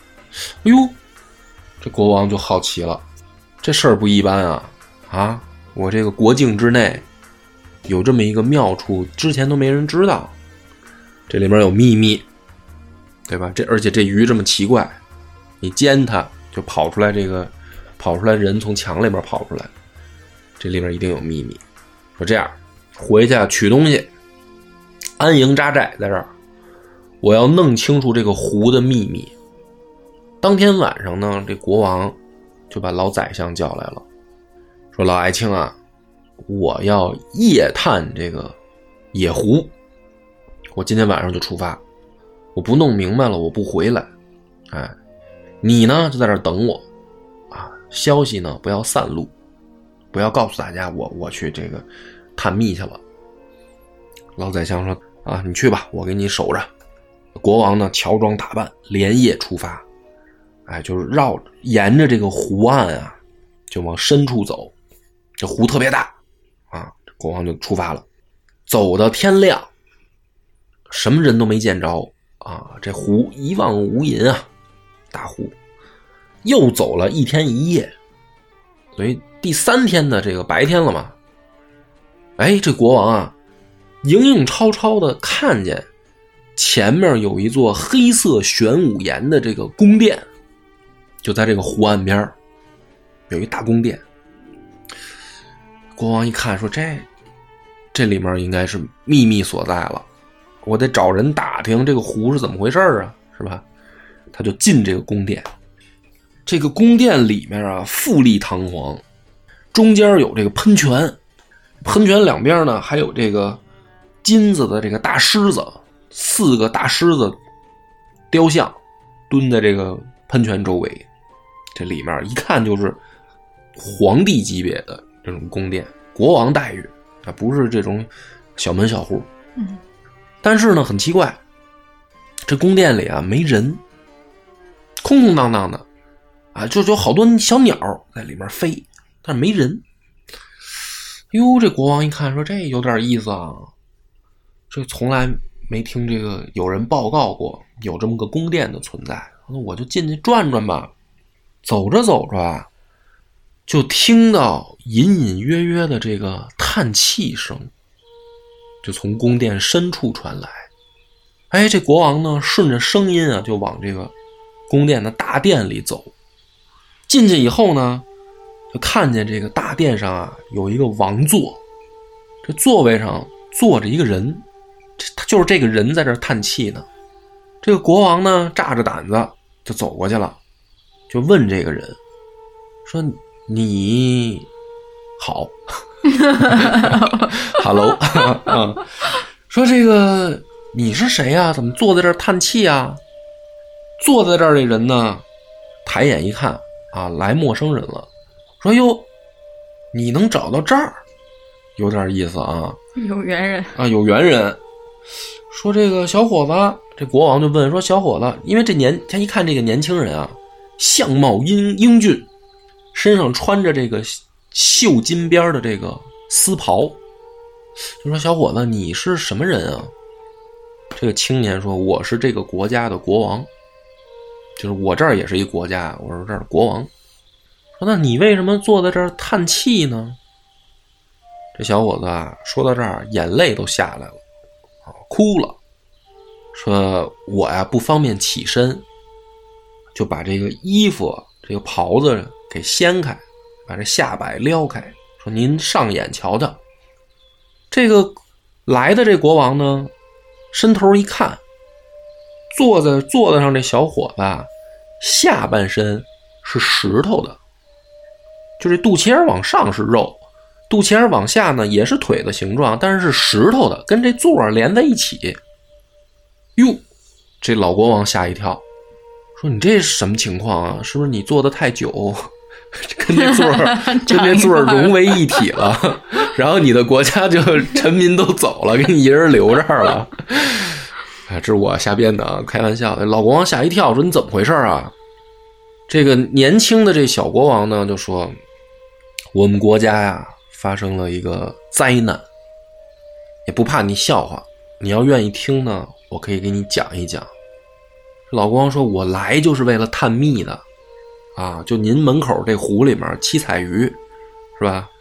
哎呦，这国王就好奇了，这事儿不一般啊！啊， 我这个国境之内有这么一个妙处，之前都没人知道，这里面有秘密，对吧？这而且这鱼这么奇怪，你煎它就跑出来，这个跑出来人从墙里边跑出来，这里面一定有秘密。说这样，回去取东西，安营扎寨在这儿，我要弄清楚这个湖的秘密。当天晚上呢，这国王就把老宰相叫来了，说老爱卿啊，我要夜探这个野湖，我今天晚上就出发，我不弄明白了我不回来，哎，你呢就在这儿等我啊，消息呢不要散露，不要告诉大家我我去这个探秘去了。老宰相说啊，你去吧，我给你守着。国王呢乔装打扮，连夜出发，哎，就是绕沿着这个湖岸啊，就往深处走。这湖特别大啊，国王就出发了，走到天亮，什么人都没见着啊，这湖一望无垠啊，大湖。又走了一天一夜，所以第三天的这个白天了嘛，哎，这国王啊，影影绰绰的看见前面有一座黑色玄武岩的这个宫殿，就在这个湖岸边有一大宫殿。国王一看说，这这里面应该是秘密所在了，我得找人打听这个湖是怎么回事啊，是吧？他就进这个宫殿。这个宫殿里面啊，富丽堂皇，中间有这个喷泉，喷泉两边呢还有这个金子的这个大狮子，四个大狮子雕像蹲在这个喷泉周围。这里面一看就是皇帝级别的这种宫殿，国王待遇啊，不是这种小门小户。 嗯， 但是呢很奇怪，这宫殿里啊没人，空空荡荡的啊，就有好多小鸟在里面飞，但是没人。哟，这国王一看说，这有点意思啊，这从来没听这个有人报告过有这么个宫殿的存在，我就进去转转吧。走着走着啊，就听到隐隐约约的这个叹气声，就从宫殿深处传来。哎，这国王呢顺着声音啊就往这个宫殿的大殿里走。进去以后呢，就看见这个大殿上啊有一个王座，这座位上坐着一个人，这他就是这个人在这儿叹气呢。这个国王呢炸着胆子就走过去了，就问这个人说，你好Hello 啊，说这个你是谁啊，怎么坐在这儿叹气啊？坐在这儿的人呢抬眼一看啊，来陌生人了，说哟，你能找到这儿有点意思啊， 有缘人啊，有缘人。说这个小伙子，这国王就问说，小伙子，因为这年他一看这个年轻人啊，相貌英英俊，身上穿着这个绣金边的这个丝袍，就说小伙子你是什么人啊？这个青年说，我是这个国家的国王，就是我这儿也是一国家，我是这儿的国王。说那你为什么坐在这儿叹气呢？这小伙子啊说到这儿眼泪都下来了，哭了，说我呀不方便起身，就把这个衣服这个袍子给掀开，把这下摆撩开，说您上眼瞧瞧。这个来的这国王呢伸头一看，坐在坐在上这小伙子下半身是石头的，就这肚脐眼往上是肉，肚脐眼往下呢也是腿的形状，但是是石头的，跟这座连在一起。哟，这老国王吓一跳，说你这是什么情况啊？是不是你坐得太久，跟这座跟这座融为一体了，然后你的国家就臣民都走了，给你一人留这儿了？哎，这是我瞎编的啊，开玩笑。老国王吓一跳，说你怎么回事啊？这个年轻的这小国王呢就说，我们国家呀发生了一个灾难，也不怕你笑话，你要愿意听呢我可以给你讲一讲。老国王说，我来就是为了探秘的啊，就您门口这湖里面七彩鱼是吧，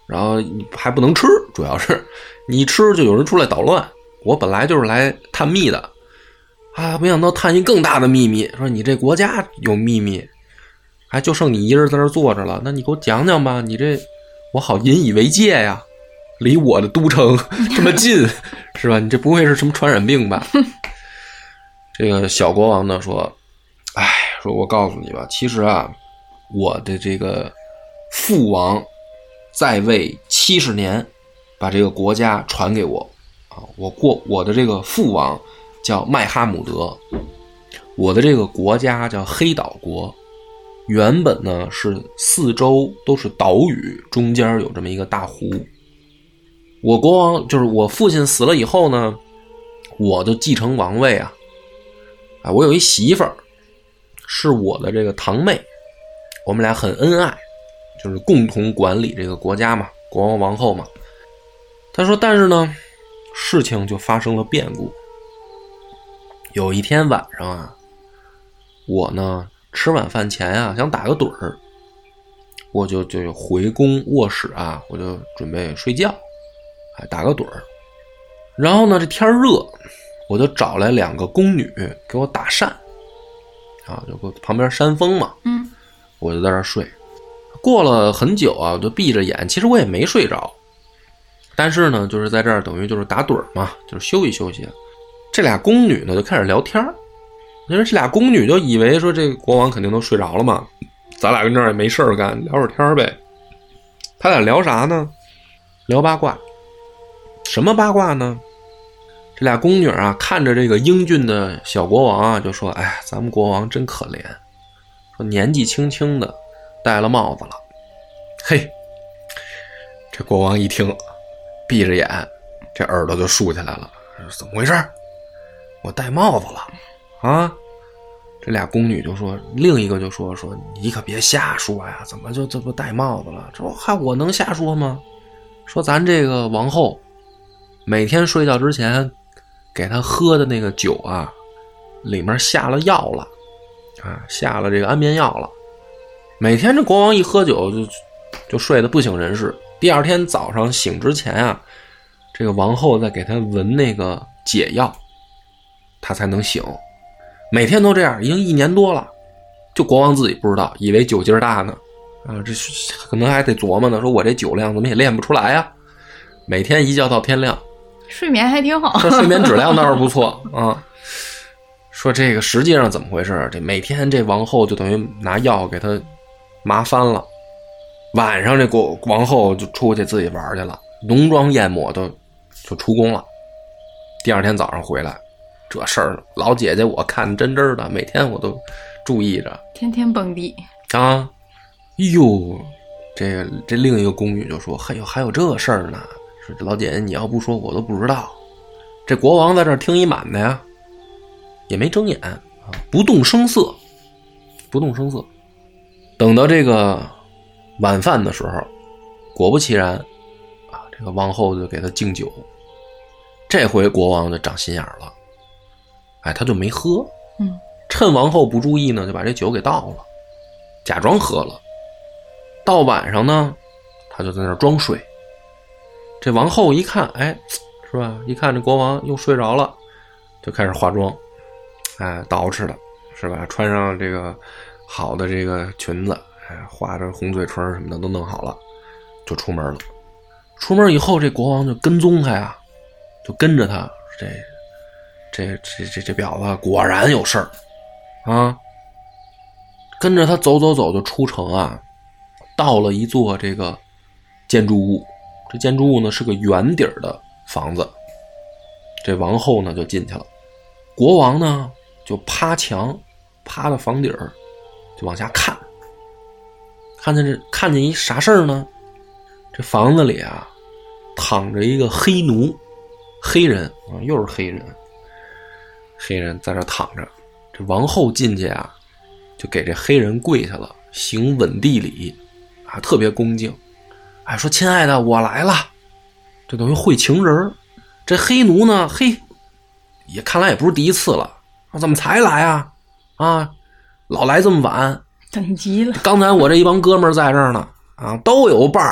然后你还不能吃，主要是你一吃就有人出来捣乱。我本来就是来探秘的啊，没想到探一更大的秘密，说你这国家有秘密，还就剩你一人在这坐着了，那你给我讲讲吧，你这我好引以为戒呀，离我的都城这么近是吧？你这不会是什么传染病吧？这个小国王呢说，哎，说我告诉你吧，其实啊，我的这个父王在位七十年，把这个国家传给我啊，我过我的这个父王叫麦哈姆德，我的这个国家叫黑岛国，原本呢是四周都是岛屿，中间有这么一个大湖。我国王就是我父亲死了以后呢，我就继承王位啊，啊，我有一媳妇儿，是我的这个堂妹，我们俩很恩爱，就是共同管理这个国家嘛，国王王后嘛。他说，但是呢，事情就发生了变故。有一天晚上啊，我呢吃晚饭前啊想打个盹儿，我就就回宫卧室啊，我就准备睡觉，还打个盹儿。然后呢，这天热，我就找来两个宫女给我打扇，啊，就旁边扇风嘛， 嗯， 我就在这儿睡。过了很久啊，我就闭着眼，其实我也没睡着，但是呢，就是在这儿等于就是打盹儿嘛，就是休息休息。这俩宫女呢就开始聊天，因为这俩宫女就以为说这个国王肯定都睡着了嘛，咱俩跟这儿也没事儿干，聊会儿天呗。他俩聊啥呢？聊八卦。什么八卦呢？这俩宫女啊，看着这个英俊的小国王啊，就说：“哎，咱们国王真可怜，说年纪轻轻的戴了帽子了。”嘿，这国王一听，闭着眼，这耳朵就竖起来了，怎么回事？我戴帽子了啊！这俩宫女就说，另一个就说说你可别瞎说呀，怎么就这不戴帽子了？这还我能瞎说吗？说咱这个王后每天睡觉之前给他喝的那个酒啊，里面下了药了啊，下了这个安眠药了。每天这国王一喝酒就就睡得不省人事，第二天早上醒之前啊，这个王后再给他闻那个解药，他才能醒。每天都这样，已经一年多了，就国王自己不知道，以为酒劲儿大呢啊，这可能还得琢磨呢，说我这酒量怎么也练不出来啊，每天一觉到天亮， 睡眠还挺好， 说睡眠质量倒是不错啊。说这个实际上怎么回事？这每天这王后就等于拿药给他麻翻了，晚上这国王后就出去自己玩去了，浓妆艳抹的就出宫了。第二天早上回来，这事儿老姐姐我看真真的，每天我都注意着， 天天蹦迪啊。哟，这个这另一个宫女就说：“还有还有这事儿呢，说老姐姐你要不说我都不知道。”这国王在这儿听一满的呀，也没睁眼啊，不动声色，不动声色。等到这个晚饭的时候，果不其然啊，这个王后就给他敬酒。这回国王就长心眼了，哎，他就没喝， 嗯， 趁王后不注意呢，就把这酒给倒了，假装喝了。到晚上呢，他就在那儿装睡。这王后一看，哎，是吧？一看这国王又睡着了，就开始化妆，哎，捯饬的，是吧？穿上这个好的这个裙子，哎，画着红嘴唇什么的都弄好了，就出门了。出门以后，这国王就跟踪他呀，就跟着他，这这这这这婊子果然有事儿啊！跟着他走走走就出城啊，到了一座这个建筑物，这建筑物呢是个圆底儿的房子。这王后呢就进去了，国王呢就趴墙，趴到房顶儿，就往下看。看见这看见一啥事儿呢？这房子里啊躺着一个黑奴，黑人啊，又是黑人，黑人在这躺着。这王后进去啊，就给这黑人跪下了，行稳地礼啊，特别恭敬。哎，说亲爱的，我来了，这等于会情人。这黑奴呢，嘿，也看来也不是第一次了，怎么才来啊？啊，老来这么晚， 等急了。 刚才我这一帮哥们儿在这儿呢，啊，都有伴儿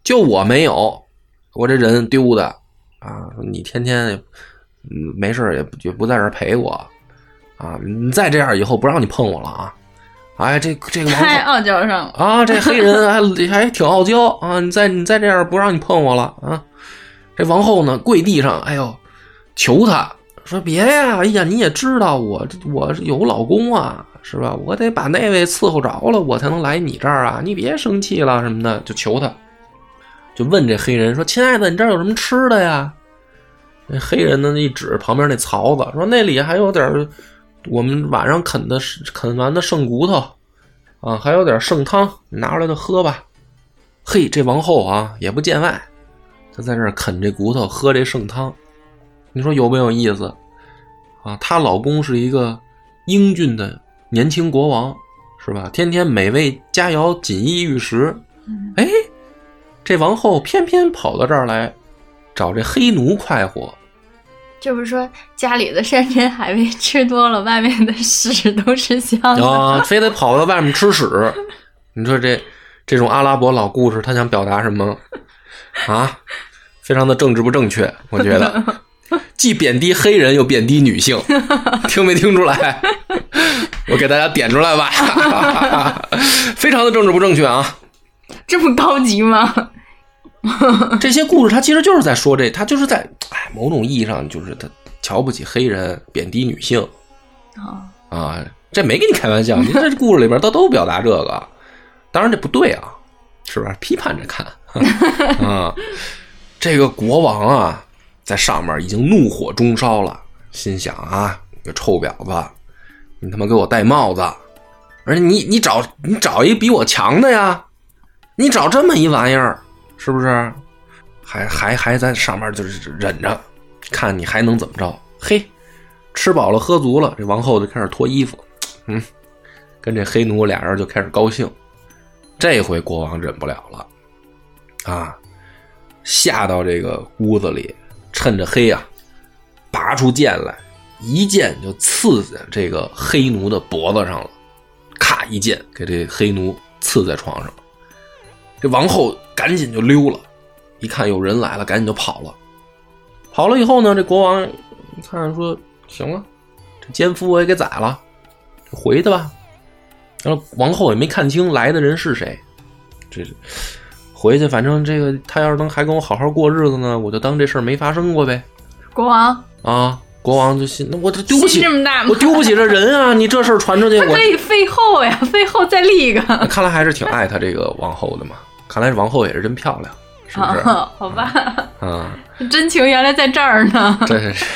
就我没有，我这人丢的啊！你天天嗯没事也也不在这儿陪我啊！你再这样以后不让你碰我了啊！哎，这这个太傲娇上了啊！这黑人还还挺傲娇啊！你再你再这样不让你碰我了啊！这王后呢跪地上，哎呦，求他说别呀！哎呀，你也知道我我有老公啊，是吧？我得把那位伺候着了，我才能来你这儿啊！你别生气了什么的，就求他。就问这黑人说：“亲爱的，你这儿有什么吃的呀？”那黑人呢一指旁边那槽子，说：“那里还有点我们晚上啃的啃完的剩骨头啊，还有点剩汤，你拿出来就喝吧。”嘿，这王后啊也不见外，她在这儿啃这骨头，喝这剩汤，你说有没有意思啊？她老公是一个英俊的年轻国王，是吧？天天美味佳肴，锦衣玉食，哎。这王后偏偏跑到这儿来找这黑奴快活， 就是说家里的山珍海味吃多了，外面的屎都是香的啊，非得跑到外面吃屎。你说这这种阿拉伯老故事，他想表达什么啊？非常的政治不正确，我觉得既贬低黑人又贬低女性，听没听出来？我给大家点出来吧，非常的政治不正确啊。 这么高级吗？ 这些故事他其实就是在说这，他就是在哎某种意义上就是他瞧不起黑人，贬低女性啊啊！这没跟你开玩笑，你这故事里边他都表达这个，当然这不对啊，是吧？批判着看啊。这个国王啊，在上面已经怒火中烧了，心想啊，你个臭婊子，你他妈给我戴帽子，而且你你找你找一比我强的呀。你找这么一玩意儿，是不是？还还还在上面就是忍着，看你还能怎么着？嘿，吃饱了喝足了，这王后就开始脱衣服，嗯，跟这黑奴俩人就开始高兴。这回国王忍不了了，啊，下到这个屋子里，趁着黑啊，拔出剑来，一剑就刺在这个黑奴的脖子上了，咔一剑给这黑奴刺在床上。这王后赶紧就溜了，一看有人来了，赶紧就跑了。跑了以后呢，这国王一看说：“行了，这奸夫我也给宰了，回去吧。”然后王后也没看清来的人是谁，这回去反正这个他要是能还跟我好好过日子呢，我就当这事儿没发生过呗。 国王啊，国王就信，那我这丢不起这么大吗？ 我丢不起这人啊！你这事儿传出去， 他可以废后呀，废后再立一个。 看来还是挺爱他这个王后的嘛。看来王后也是真漂亮，是不是？ 哦、好吧， 啊， 真情原来在这儿呢。 真是，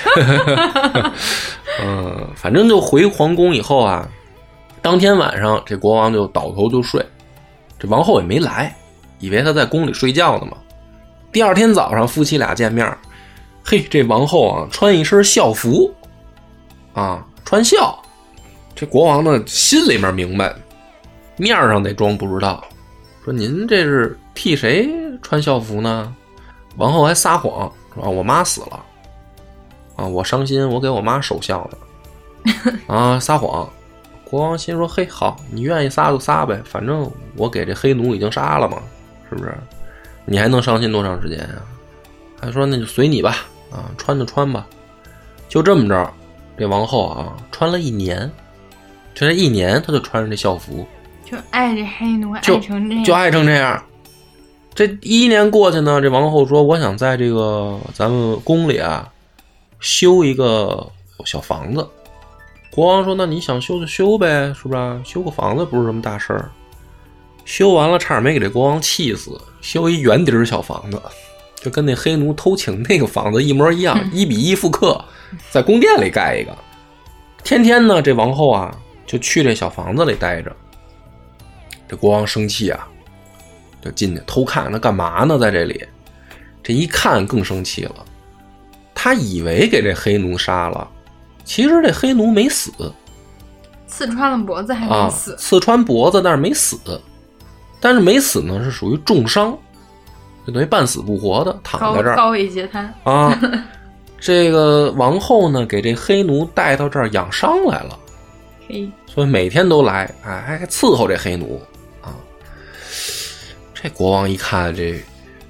嗯，反正就回皇宫以后啊，当天晚上这国王就倒头就睡，这王后也没来，以为他在宫里睡觉呢嘛。第二天早上夫妻俩见面，嘿，这王后啊穿一身校服，啊，穿校。这国王呢心里面明白，面上得装不知道。说您这是替谁穿校服呢？王后还撒谎说我妈死了啊，我伤心，我给我妈守孝呢啊，撒谎。国王心说：“嘿，好，你愿意撒就撒呗，反正我给这黑奴已经杀了嘛，是不是？你还能伤心多长时间啊？”还说那就随你吧，啊，穿就穿吧。就这么着，这王后啊穿了一年，这一年她就穿着这校服。 就爱这黑奴爱成这样， 就爱成这样。这一年过去呢，这王后说：“我想在这个咱们宫里啊，修一个小房子。”国王说：“那你想修就修呗，是吧？修个房子不是什么大事儿。”修完了，差点没给这国王气死。修一圆底儿小房子，就跟那黑奴偷请那个房子一模一样，一比一复刻，在宫殿里盖一个。天天呢，这王后啊就去这小房子里待着。这国王生气啊，就进去偷看他干嘛呢？在这里，这一看更生气了。他以为给这黑奴杀了，其实这黑奴没死， 刺穿了脖子还没死、 啊、刺穿脖子但是没死，但是没死呢是属于重伤，就等于半死不活的躺在这儿， 高位截瘫啊。这个王后呢给这黑奴带到这儿养伤来了， 嘿， 所以每天都来，哎，还伺候这黑奴啊。这国王一看这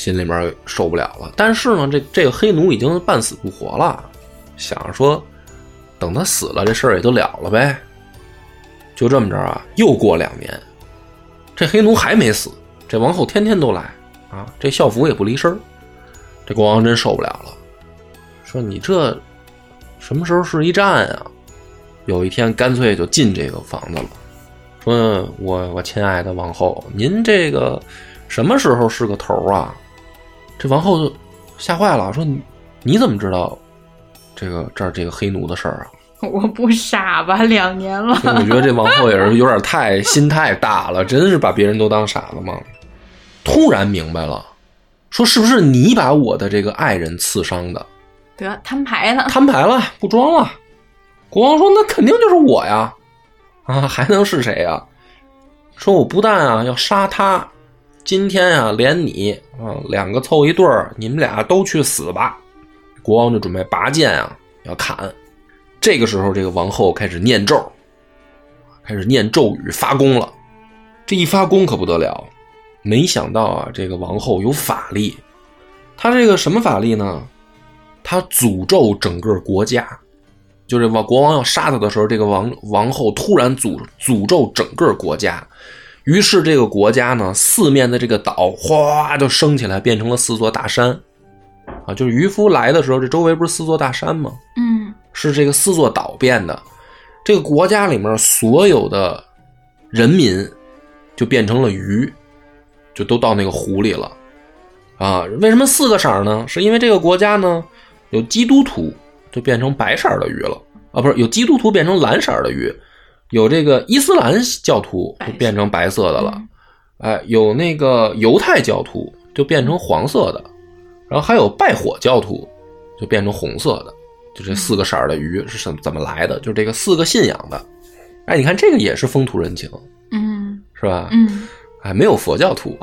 心里面受不了了。但是呢，这这个黑奴已经半死不活了，想着说等他死了，这事儿也就了了呗。就这么着啊，又过两年，这黑奴还没死，这王后天天都来啊，这校服也不离身。这国王真受不了了，说你这什么时候是一战啊？有一天干脆就进这个房子了，说我我亲爱的王后，您这个什么时候是个头啊？这王后就吓坏了，说你你怎么知道这个这儿这个黑奴的事儿啊？ 我不傻吧，两年了。 我觉得这王后也是有点太心太大了，真是把别人都当傻子吗？突然明白了，说是不是你把我的这个爱人刺伤的？ 得摊牌了， 摊牌了，不装了。国王说那肯定就是我呀，啊，还能是谁呀？说我不但啊要杀他，今天啊连你啊两个凑一对儿，你们俩都去死吧。国王就准备拔剑啊要砍。这个时候这个王后开始念咒，开始念咒语发功了。这一发功可不得了，没想到啊这个王后有法力。她这个什么法力呢？她诅咒整个国家。就是国王要杀他的时候，这个王王后突然诅诅咒整个国家，于是这个国家呢，四面的这个岛哗就升起来，变成了四座大山啊！就是渔夫来的时候，这周围不是四座大山吗？ 嗯， 是这个四座岛变的。这个国家里面所有的人民就变成了鱼，就都到那个湖里了啊！为什么四个色呢？是因为这个国家呢有基督徒。就变成白色的鱼了啊，不是有基督徒变成蓝色的鱼，有这个伊斯兰教徒就变成白色的了，哎，有那个犹太教徒就变成黄色的，然后还有拜火教徒就变成红色的，就这四个色的鱼是什怎么来的？就是这个四个信仰的，哎，你看这个也是风土人情， 嗯， 是吧？ 嗯。 哎，没有佛教徒，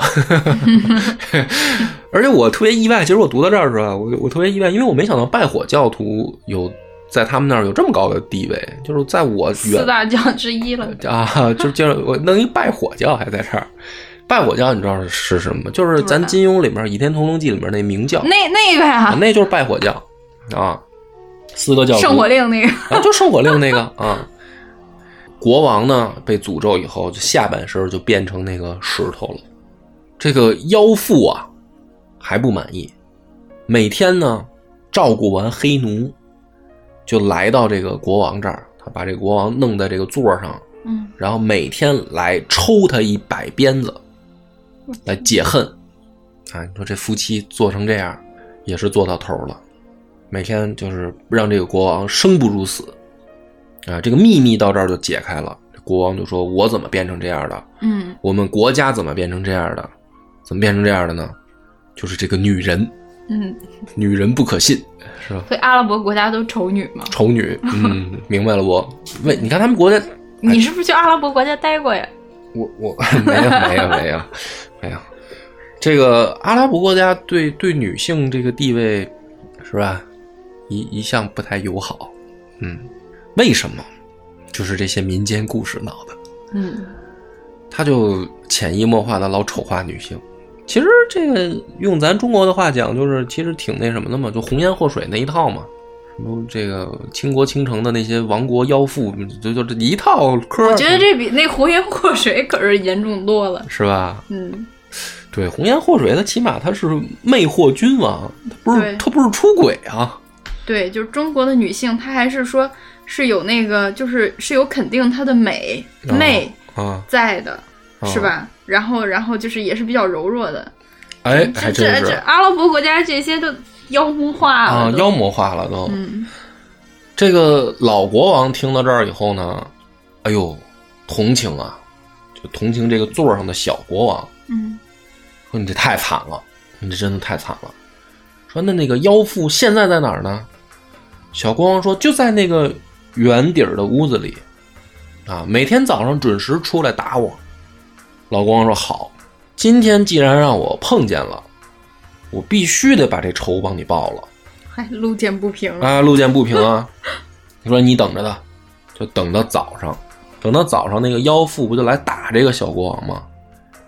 而且我特别意外。其实我读到这儿的时候，我我特别意外，因为我没想到拜火教徒有在他们那儿有这么高的地位，就是在我四大教之一了啊，就就是我弄一拜火教还在这儿。拜火教你知道是什么吗？就是咱金庸里面《倚天屠龙记》里面那明教， 那那个呀、 啊，那就是拜火教啊，四个教徒， 圣火令那个， 啊，就圣火令那个啊。国王呢被诅咒以后，就下半身就变成那个石头了。这个妖妇啊还不满意，每天呢照顾完黑奴，就来到这个国王这儿，他把这个国王弄在这个座上， 嗯， 然后每天来抽他一百鞭子，来解恨。啊，你说这夫妻做成这样，也是做到头了。每天就是让这个国王生不如死。啊，这个秘密到这儿就解开了。国王就说：“我怎么变成这样的？ 嗯， 我们国家怎么变成这样的？怎么变成这样的呢？就是这个女人， 嗯， 女人不可信，是吧？ 所以阿拉伯国家都丑女嘛。 丑女，嗯，明白了不？为你看他们国家， 你是不是去阿拉伯国家待过呀？ 我我没有没有没有没有。这个阿拉伯国家对对女性这个地位，是吧？一一向不太友好，嗯。”为什么？就是这些民间故事闹的。 嗯， 他就潜移默化的老丑化女性。其实这个用咱中国的话讲，就是其实挺那什么的嘛，就红颜祸水那一套嘛。什么这个倾国倾城的那些亡国妖妇，就就这一套嗑。 我觉得这比那红颜祸水可是严重多了， 是吧？ 嗯， 对，红颜祸水，他起码他是魅惑君王，他不是他不是出轨啊。 对，就是中国的女性，她还是说。是有那个，就是是有肯定她的美、哦、媚在的、哦，是吧？然后，然后就是也是比较柔弱的。 哎，还真是。 这这阿拉伯国家这些都妖魔化了啊，妖魔化了都。 嗯。 这个老国王听到这儿以后呢，哎呦，同情啊，就同情这个座上的小国王。 嗯。 说你这太惨了，你这真的太惨了。说那那个妖妇现在在哪儿呢？小国王说就在那个。圆底儿的屋子里啊，每天早上准时出来打我。老国王说好，今天既然让我碰见了，我必须得把这仇帮你报了。 还路见不平啊，路见不平啊！你说你等着的，就等到早上，等到早上那个妖妇不就来打这个小国王吗？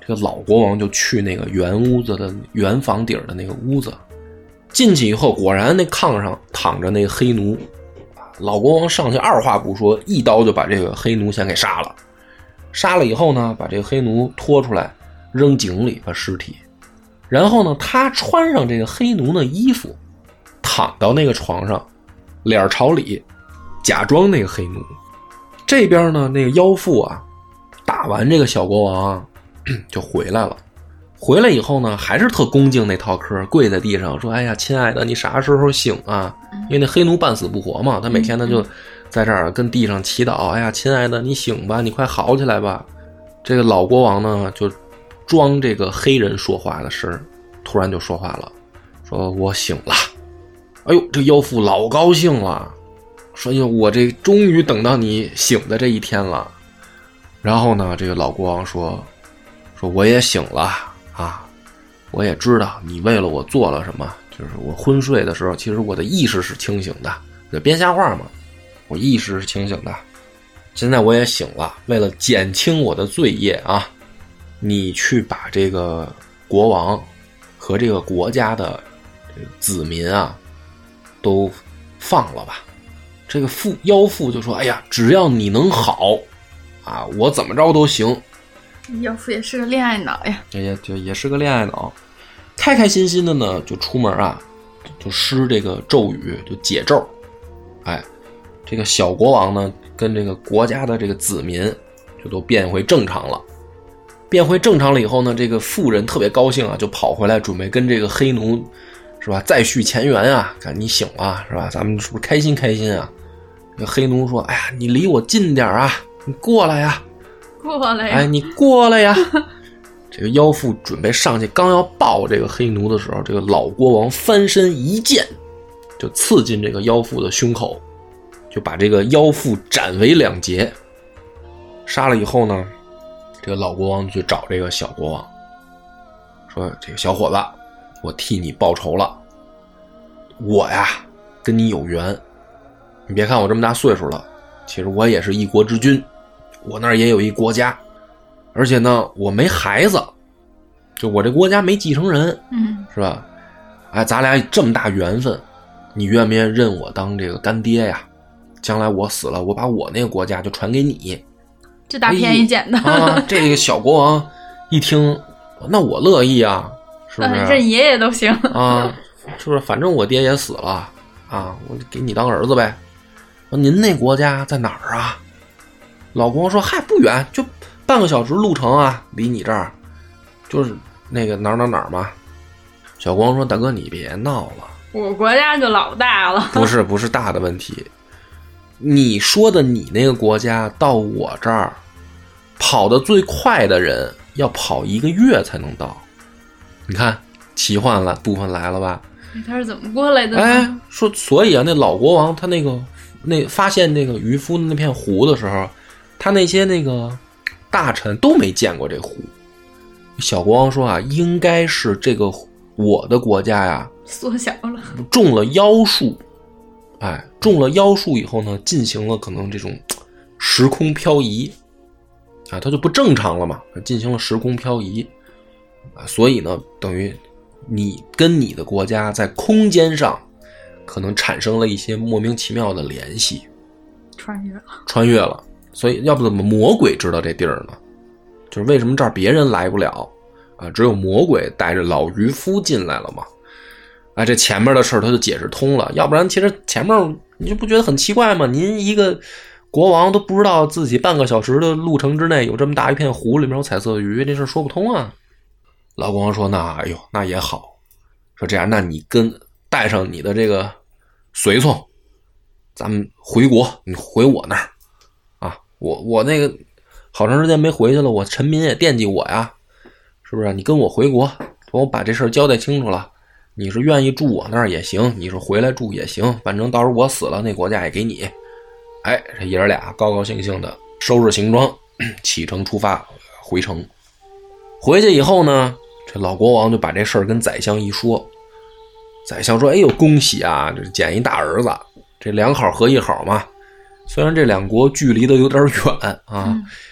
这个老国王就去那个圆屋子的圆房顶的那个屋子，进去以后，果然那炕上躺着那个黑奴。老国王上去二话不说，一刀就把这个黑奴先给杀了。杀了以后呢，把这个黑奴拖出来扔井里，把尸体。然后呢，他穿上这个黑奴的衣服，躺到那个床上，脸朝里，假装那个黑奴。这边呢，那个妖妇啊，打完这个小国王就回来了。回来以后呢，还是特恭敬那套嗑，跪在地上说：“哎呀，亲爱的，你啥时候醒啊？”因为那黑奴半死不活嘛，他每天呢就在这儿跟地上祈祷：“哎呀，亲爱的，你醒吧，你快好起来吧。”这个老国王呢，就装这个黑人说话的声，突然就说话了，说：“我醒了。”哎呦，这妖妇老高兴了，说：“哟，我这终于等到你醒的这一天了。”然后呢，这个老国王说：“说我也醒了。”啊，我也知道你为了我做了什么，就是我昏睡的时候，其实我的意识是清醒的，这编瞎话嘛，我意识是清醒的。现在我也醒了，为了减轻我的罪业啊，你去把这个国王和这个国家的这个子民啊都放了吧。这个妇妖妇就说：“哎呀，只要你能好啊，我怎么着都行。” 妖妇也是个恋爱脑呀， 也就也是个恋爱脑，开开心心的呢，就出门啊，就施这个咒语，就解咒。哎，这个小国王呢，跟这个国家的这个子民就都变回正常了。变回正常了以后呢，这个妇人特别高兴啊，就跑回来准备跟这个黑奴是吧再续前缘啊，看你醒了是吧，咱们是不是开心开心啊？这个黑奴说：“哎呀，你离我近点啊，你过来呀。” 过来呀！ 哎，你过来呀！这个妖妇准备上去，刚要抱这个黑奴的时候，这个老国王翻身一剑，就刺进这个妖妇的胸口，就把这个妖妇斩为两截。杀了以后呢，这个老国王就去找这个小国王，说：“这个小伙子，我替你报仇了。我呀，跟你有缘。你别看我这么大岁数了，其实我也是一国之君。我那儿也有一国家，而且呢，我没孩子，就我这国家没继承人， 嗯， 是吧？哎，咱俩这么大缘分，你愿不愿意认我当这个干爹呀？将来我死了，我把我那个国家就传给你。” 这大便宜捡的、 哎、啊！这个小国王一听，那我乐意啊，是不是？ 认爷爷都行啊，是不是？反正我爹也死了啊，我给你当儿子呗。您那国家在哪儿啊？老国王说：“嗨，不远，就半个小时路程啊，离你这儿，就是那个哪儿哪儿哪儿嘛。”小国王说：“大哥，你别闹了， 我国家就老大了。” 不是，不是大的问题。你说的你那个国家到我这儿，跑得最快的人要跑一个月才能到。你看，奇幻了，部分来了吧？ 他是怎么过来的呢？ 哎，说所以啊，那老国王他那个那发现那个渔夫那片湖的时候。他那些那个大臣都没见过这湖。小国王说啊，应该是这个我的国家呀缩小了， 中了妖术。哎，中了妖术以后呢，进行了可能这种时空漂移啊，它就不正常了嘛，进行了时空漂移啊，所以呢，等于你跟你的国家在空间上可能产生了一些莫名其妙的联系， 穿越了， 穿越了。所以要不怎么魔鬼知道这地儿呢？就是为什么这儿别人来不了啊？只有魔鬼带着老渔夫进来了嘛？啊，这前面的事儿他就解释通了。要不然其实前面你就不觉得很奇怪吗？您一个国王都不知道自己半个小时的路程之内有这么大一片湖，里面有彩色鱼，这事说不通啊。老国王说：“那哎呦，那也好。说这样，那你跟带上你的这个随从，咱们回国，你回我那儿。”我我那个好长时间没回去了，我臣民也惦记我呀，是不是？你跟我回国，我把这事儿交代清楚了。你是愿意住我那儿也行，你是回来住也行，反正到时候我死了，那国家也给你。哎，这爷儿俩高高兴兴的收拾行装，启程出发回城。回去以后呢，这老国王就把这事儿跟宰相一说。宰相说：“哎呦，恭喜啊，这捡一大儿子，这两好合一好嘛。”虽然这两国距离的有点远啊， 嗯、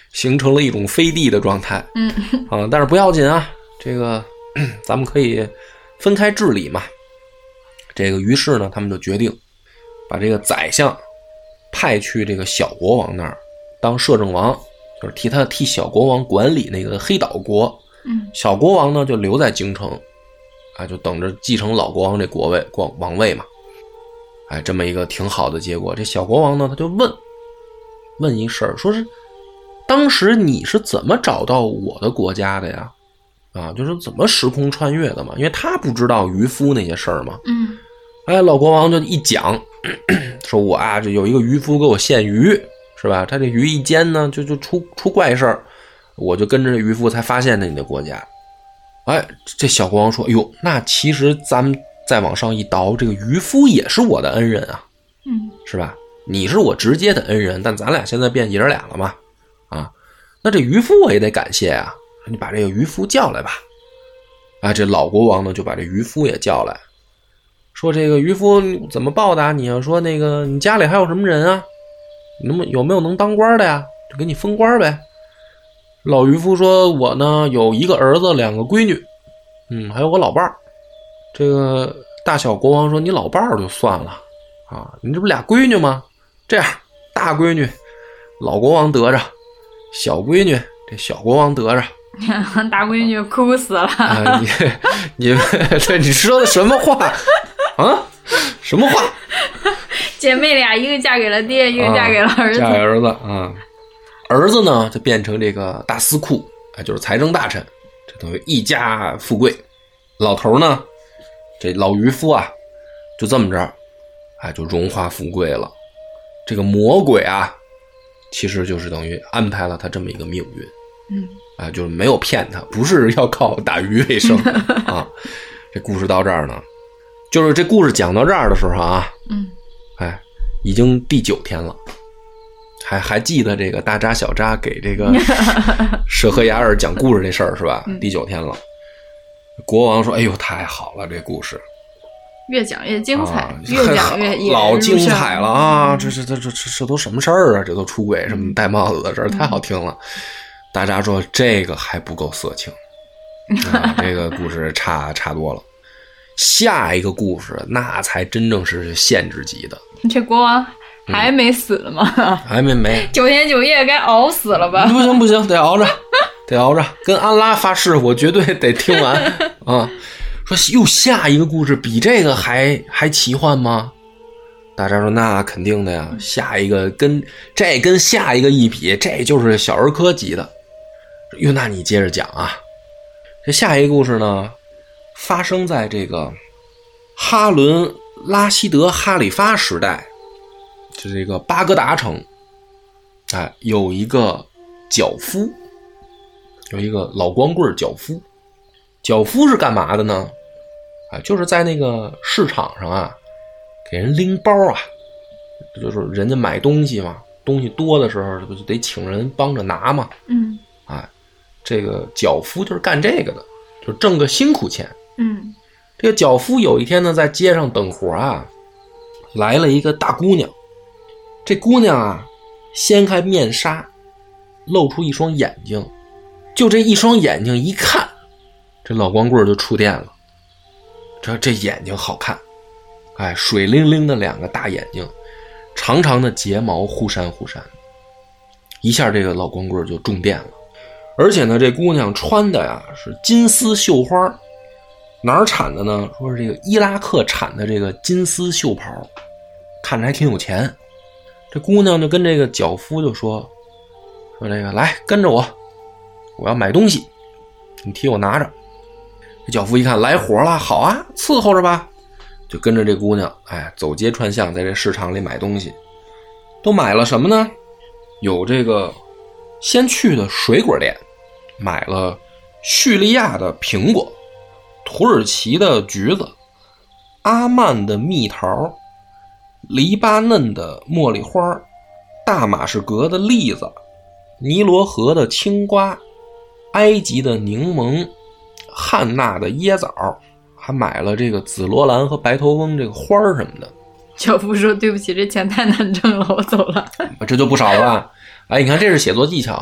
形成了一种飞地的状态。 嗯啊，但是不要紧啊，这个咱们可以分开治理嘛。这个于是呢，他们就决定把这个宰相派去这个小国王那儿当摄政王，就是替他替小国王管理那个黑岛国。 嗯， 小国王呢就留在京城，啊，就等着继承老国王这国位王王位嘛。哎，这么一个挺好的结果。这小国王呢，他就问问一事儿，说是当时你是怎么找到我的国家的呀？啊，就是怎么时空穿越的嘛？因为他不知道渔夫那些事儿嘛。 嗯， 哎，老国王就一讲，咳咳说我啊，这有一个渔夫给我献鱼，是吧？他这鱼一煎呢，就就出出怪事儿，我就跟着渔夫才发现了你的国家。哎，这小国王说，哎呦，那其实咱们再往上一倒，这个渔夫也是我的恩人啊， 嗯， 是吧？你是我直接的恩人，但咱俩现在变爷俩了嘛，啊，那这渔夫我也得感谢啊，你把这个渔夫叫来吧。啊，这老国王呢就把这渔夫也叫来，说这个渔夫怎么报答你啊？说那个你家里还有什么人啊？能有没有能当官的呀？就给你封官呗。老渔夫说，我呢有一个儿子，两个闺女，嗯，还有我老伴儿。这个大小国王说，你老伴儿就算了啊，你这不俩闺女吗？这样，大闺女老国王得着，小闺女这小国王得着。 大闺女哭死了。 啊、你你这你说的什么话啊？什么话？ 姐妹俩，一个嫁给了爹，一个嫁给了儿子。 啊、嫁给儿子啊，儿子呢就变成这个大司库，哎，就是财政大臣，这等于一家富贵。老头呢，这老渔夫啊，就这么着，哎，就荣华富贵了。这个魔鬼啊，其实就是等于安排了他这么一个命运。 嗯。 啊，就是没有骗他，不是要靠打鱼为生啊。这故事到这儿呢，就是这故事讲到这儿的时候啊， 嗯， 哎，已经第九天了，还还记得这个大扎小扎给这个舍赫雅尔讲故事这事儿是吧？ 嗯、 第九天了，国王说：“哎呦，太好了，这故事越讲越精彩， 啊、 越讲越老精彩了啊！这这这这这这都什么事儿啊？这都出轨什么戴帽子的事儿，太好听了。嗯”大家说这个还不够色情，啊、这个故事差差多了。下一个故事那才真正是限制级的。 这国王还没死了吗？ 嗯、还没没九天九夜该熬死了吧？ 不行不行，得熬着，得熬着。跟安拉发誓，我绝对得听完啊！说又下一个故事比这个还还奇幻吗？大家说那肯定的呀，下一个跟这跟下一个一比，这就是小儿科级的。哟，那你接着讲啊。这下一个故事呢，发生在这个哈伦拉希德哈里发时代，就这个巴格达城，哎，有一个脚夫，有一个老光棍脚夫。脚夫是干嘛的呢？啊，就是在那个市场上啊，给人拎包啊，就是人家买东西嘛，东西多的时候就得请人帮着拿嘛。 嗯， 哎，这个脚夫就是干这个的，就挣个辛苦钱。 嗯， 这个脚夫有一天呢，在街上等活啊，来了一个大姑娘。这姑娘啊，掀开面纱，露出一双眼睛，就这一双眼睛一看，这老光棍就触电了。这这眼睛好看，哎，水灵灵的两个大眼睛，长长的睫毛忽闪忽闪，一下这个老光棍就中电了。而且呢，这姑娘穿的呀是金丝绣花，哪儿产的呢？说是这个伊拉克产的这个金丝绣袍，看着还挺有钱。这姑娘就跟这个脚夫就说说这个来跟着我，我要买东西，你替我拿着。这脚夫一看来活了，好啊，伺候着吧，就跟着这姑娘，哎，走街串巷，在这市场里买东西。都买了什么呢？有这个先去的水果店，买了叙利亚的苹果，土耳其的橘子，阿曼的蜜桃，黎巴嫩的茉莉花，大马士革的栗子，尼罗河的青瓜，埃及的柠檬，汉纳的椰枣，还买了这个紫罗兰和白头翁这个花什么的。 小夫说对不起，这钱太难挣了，我走了。 这就不少了吧？哎，你看这是写作技巧，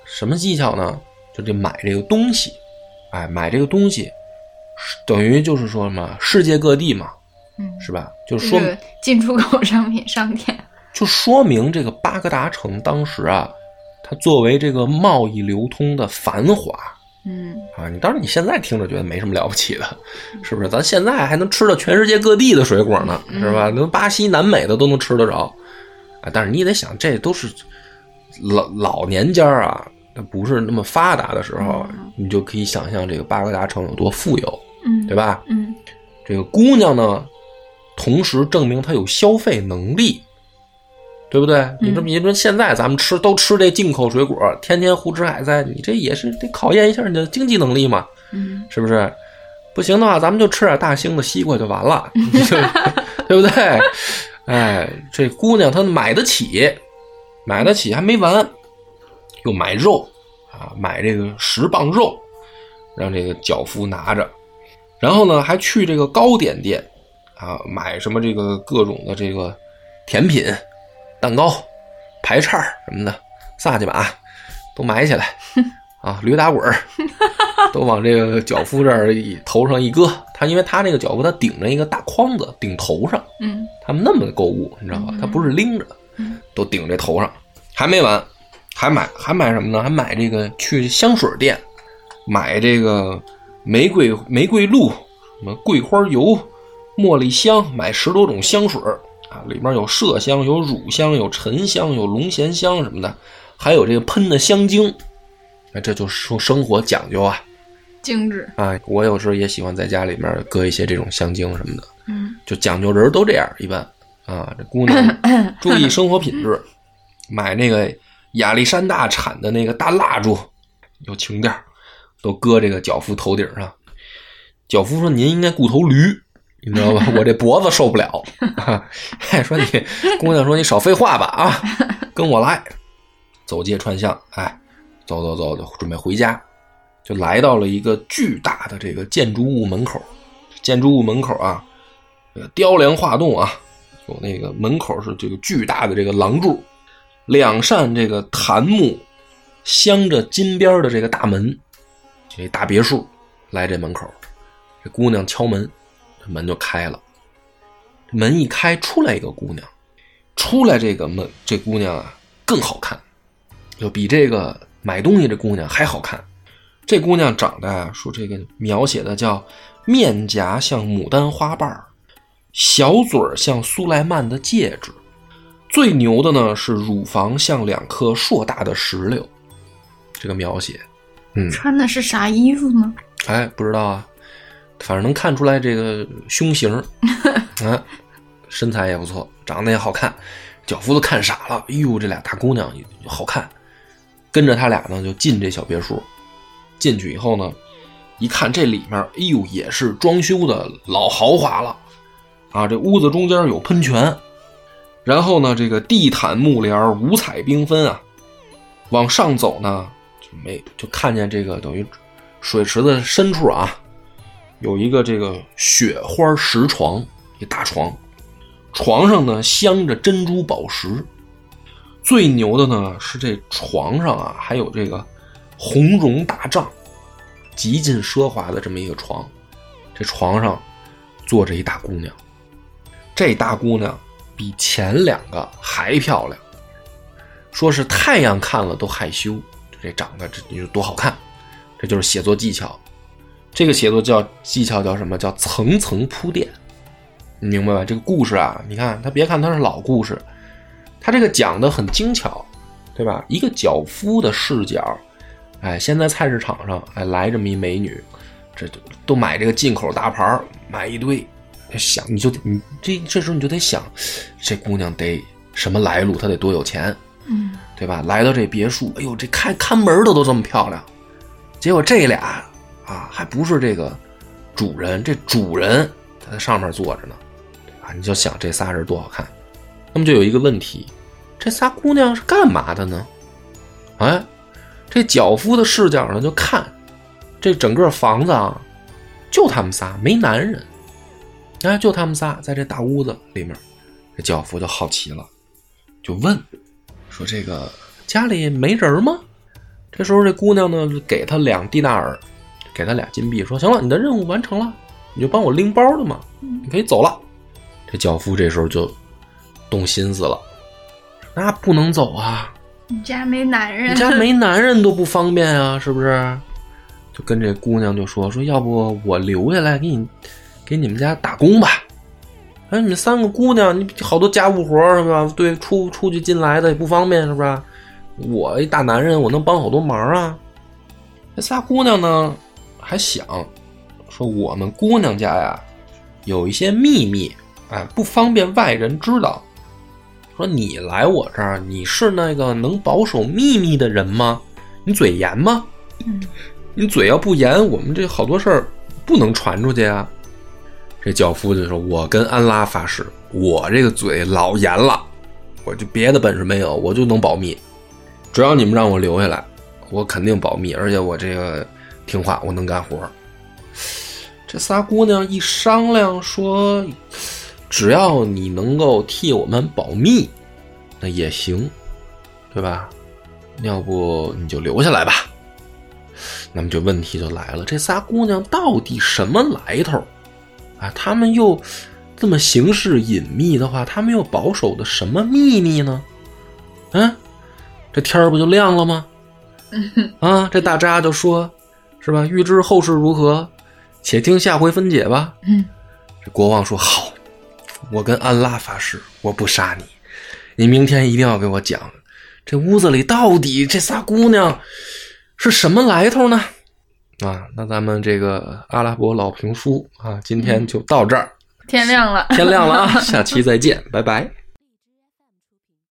什么技巧呢？就这买这个东西，哎，买这个东西，等于就是说嘛，世界各地嘛，嗯，是吧？就是说进出口商品商店， 就说明这个巴格达城当时啊，它作为这个贸易流通的繁华，嗯啊，你当然你现在听着觉得没什么了不起的，是不是？咱现在还能吃到全世界各地的水果呢，是吧？那巴西、南美的都能吃得着，啊，但是你得想，这都是老老年间啊。不是那么发达的时候，嗯、你就可以想象这个巴格达城有多富有，嗯，对吧？嗯，这个姑娘呢，同时证明她有消费能力，对不对？嗯、你这么一说，现在咱们吃都吃这进口水果，天天胡吃海塞，你这也是得考验一下你的经济能力嘛，嗯，是不是？不行的话，咱们就吃点大兴的西瓜就完了，就对不对？哎，这姑娘她买得起，买得起还没完。又买肉啊，买这个十磅肉，让这个脚夫拿着，然后呢，还去这个糕点店啊，买什么这个各种的这个甜品、蛋糕、排叉什么的，撒去吧，都买起来啊，驴打滚都往这个脚夫这儿头上一搁。他因为他那个脚夫他顶着一个大筐子顶头上，嗯，他们那么购物，你知道吧？他不是拎着，都顶这头上，还没完。还买还买什么呢？还买这个去香水店，买这个玫瑰玫瑰露、什么桂花油、茉莉香，买十多种香水啊，里面有麝香、有乳香、有沉香、有龙涎香什么的，还有这个喷的香精。哎，这就是说生活讲究啊， 精致啊！我有时候也喜欢在家里面搁一些这种香精什么的，嗯，就讲究人都这样一般啊。这姑娘注意生活品质，买那个。亚历山大产的那个大蜡烛，有情调，都搁这个脚夫头顶上。脚夫说：“您应该雇头驴，你知道吧？我这脖子受不了。啊”说你姑娘说：“你少废话吧啊，跟我来。”走街串巷，哎，走走走，就准备回家，就来到了一个巨大的这个建筑物门口。建筑物门口啊，雕梁画栋啊，有那个门口是这个巨大的这个廊柱。两扇这个檀木镶着金边的这个大门，这大别墅来这门口，这姑娘敲门，这门就开了。门一开，出来一个姑娘，出来这个门，这姑娘啊更好看，就比这个买东西这姑娘还好看。这姑娘长得啊，说这个描写的叫面颊像牡丹花瓣，小嘴像苏莱曼的戒指。最牛的呢是乳房像两颗硕大的石榴，这个描写，嗯， 穿的是啥衣服呢？ 哎，不知道啊，反正能看出来这个胸型，啊，身材也不错，长得也好看，脚夫都看傻了，哎呦，这俩大姑娘好看，跟着他俩呢就进这小别墅，进去以后呢，一看这里面，哎呦，也是装修的老豪华了，啊，这屋子中间有喷泉。然后呢，这个地毯木帘五彩缤纷啊，往上走呢，就没就看见这个等于水池的深处啊，有一个这个雪花石床，一大床，床上呢镶着珍珠宝石。最牛的呢是这床上啊还有这个红绒大帐，极尽奢华的这么一个床。这床上坐着一大姑娘，这大姑娘比前两个还漂亮，说是太阳看了都害羞，这长得这你说多好看，这就是写作技巧。这个写作叫技巧叫什么？叫层层铺垫，你明白吧？这个故事啊，你看他别看它是老故事，他这个讲的很精巧，对吧？一个脚夫的视角，哎，现在菜市场上哎来这么一美女，这都买这个进口大牌，买一堆。想你就你这这时候你就得想，这姑娘得什么来路，她得多有钱，嗯，对吧？来到这别墅，哎呦，这开看门的都这么漂亮，结果这俩啊还不是这个主人，这主人他在上面坐着呢，对吧？你就想这仨人多好看。那么就有一个问题，这仨姑娘是干嘛的呢？哎，这脚夫的视角呢就看这整个房子啊，就他们仨，没男人。哎，就他们仨在这大屋子里面，这教父就好奇了，就问说：“这个家里没人吗？” 这时候这姑娘呢，给他两蒂纳尔，给他俩金币，说行了，你的任务完成了，你就帮我拎包了嘛，你可以走了。这轿夫这时候就动心思了，那不能走啊， 你家没男人， 你家没男人都不方便啊，是不是？就跟这姑娘就说说，要不我留下来给你给你们家打工吧。哎，你们三个姑娘，你好多家务活是吧？对，出出去进来的也不方便是吧？我一大男人，我能帮好多忙啊。这仨姑娘呢，还想说我们姑娘家呀有一些秘密，哎，不方便外人知道。说你来我这儿，你是那个能保守秘密的人吗？你嘴严吗？ 嗯， 你嘴要不严，我们这好多事儿不能传出去啊。这轿夫就说，我跟安拉发誓，我这个嘴老严了，我就别的本事没有，我就能保密，只要你们让我留下来，我肯定保密，而且我这个听话，我能干活。这仨姑娘一商量说，只要你能够替我们保密那也行，对吧？要不你就留下来吧。那么这问题就来了，这仨姑娘到底什么来头啊？他们又这么行事隐秘的话，他们又保守的什么秘密呢？嗯，这天儿不就亮了吗？啊，这大渣就说，是吧？欲知后事如何，且听下回分解吧。 嗯， 这国王说好，我跟安拉发誓，我不杀你。你明天一定要给我讲，这屋子里到底这仨姑娘是什么来头呢？啊，那咱们这个阿拉伯老评书啊，今天就到这儿。 天亮了， 天亮了啊，下期再见，拜拜。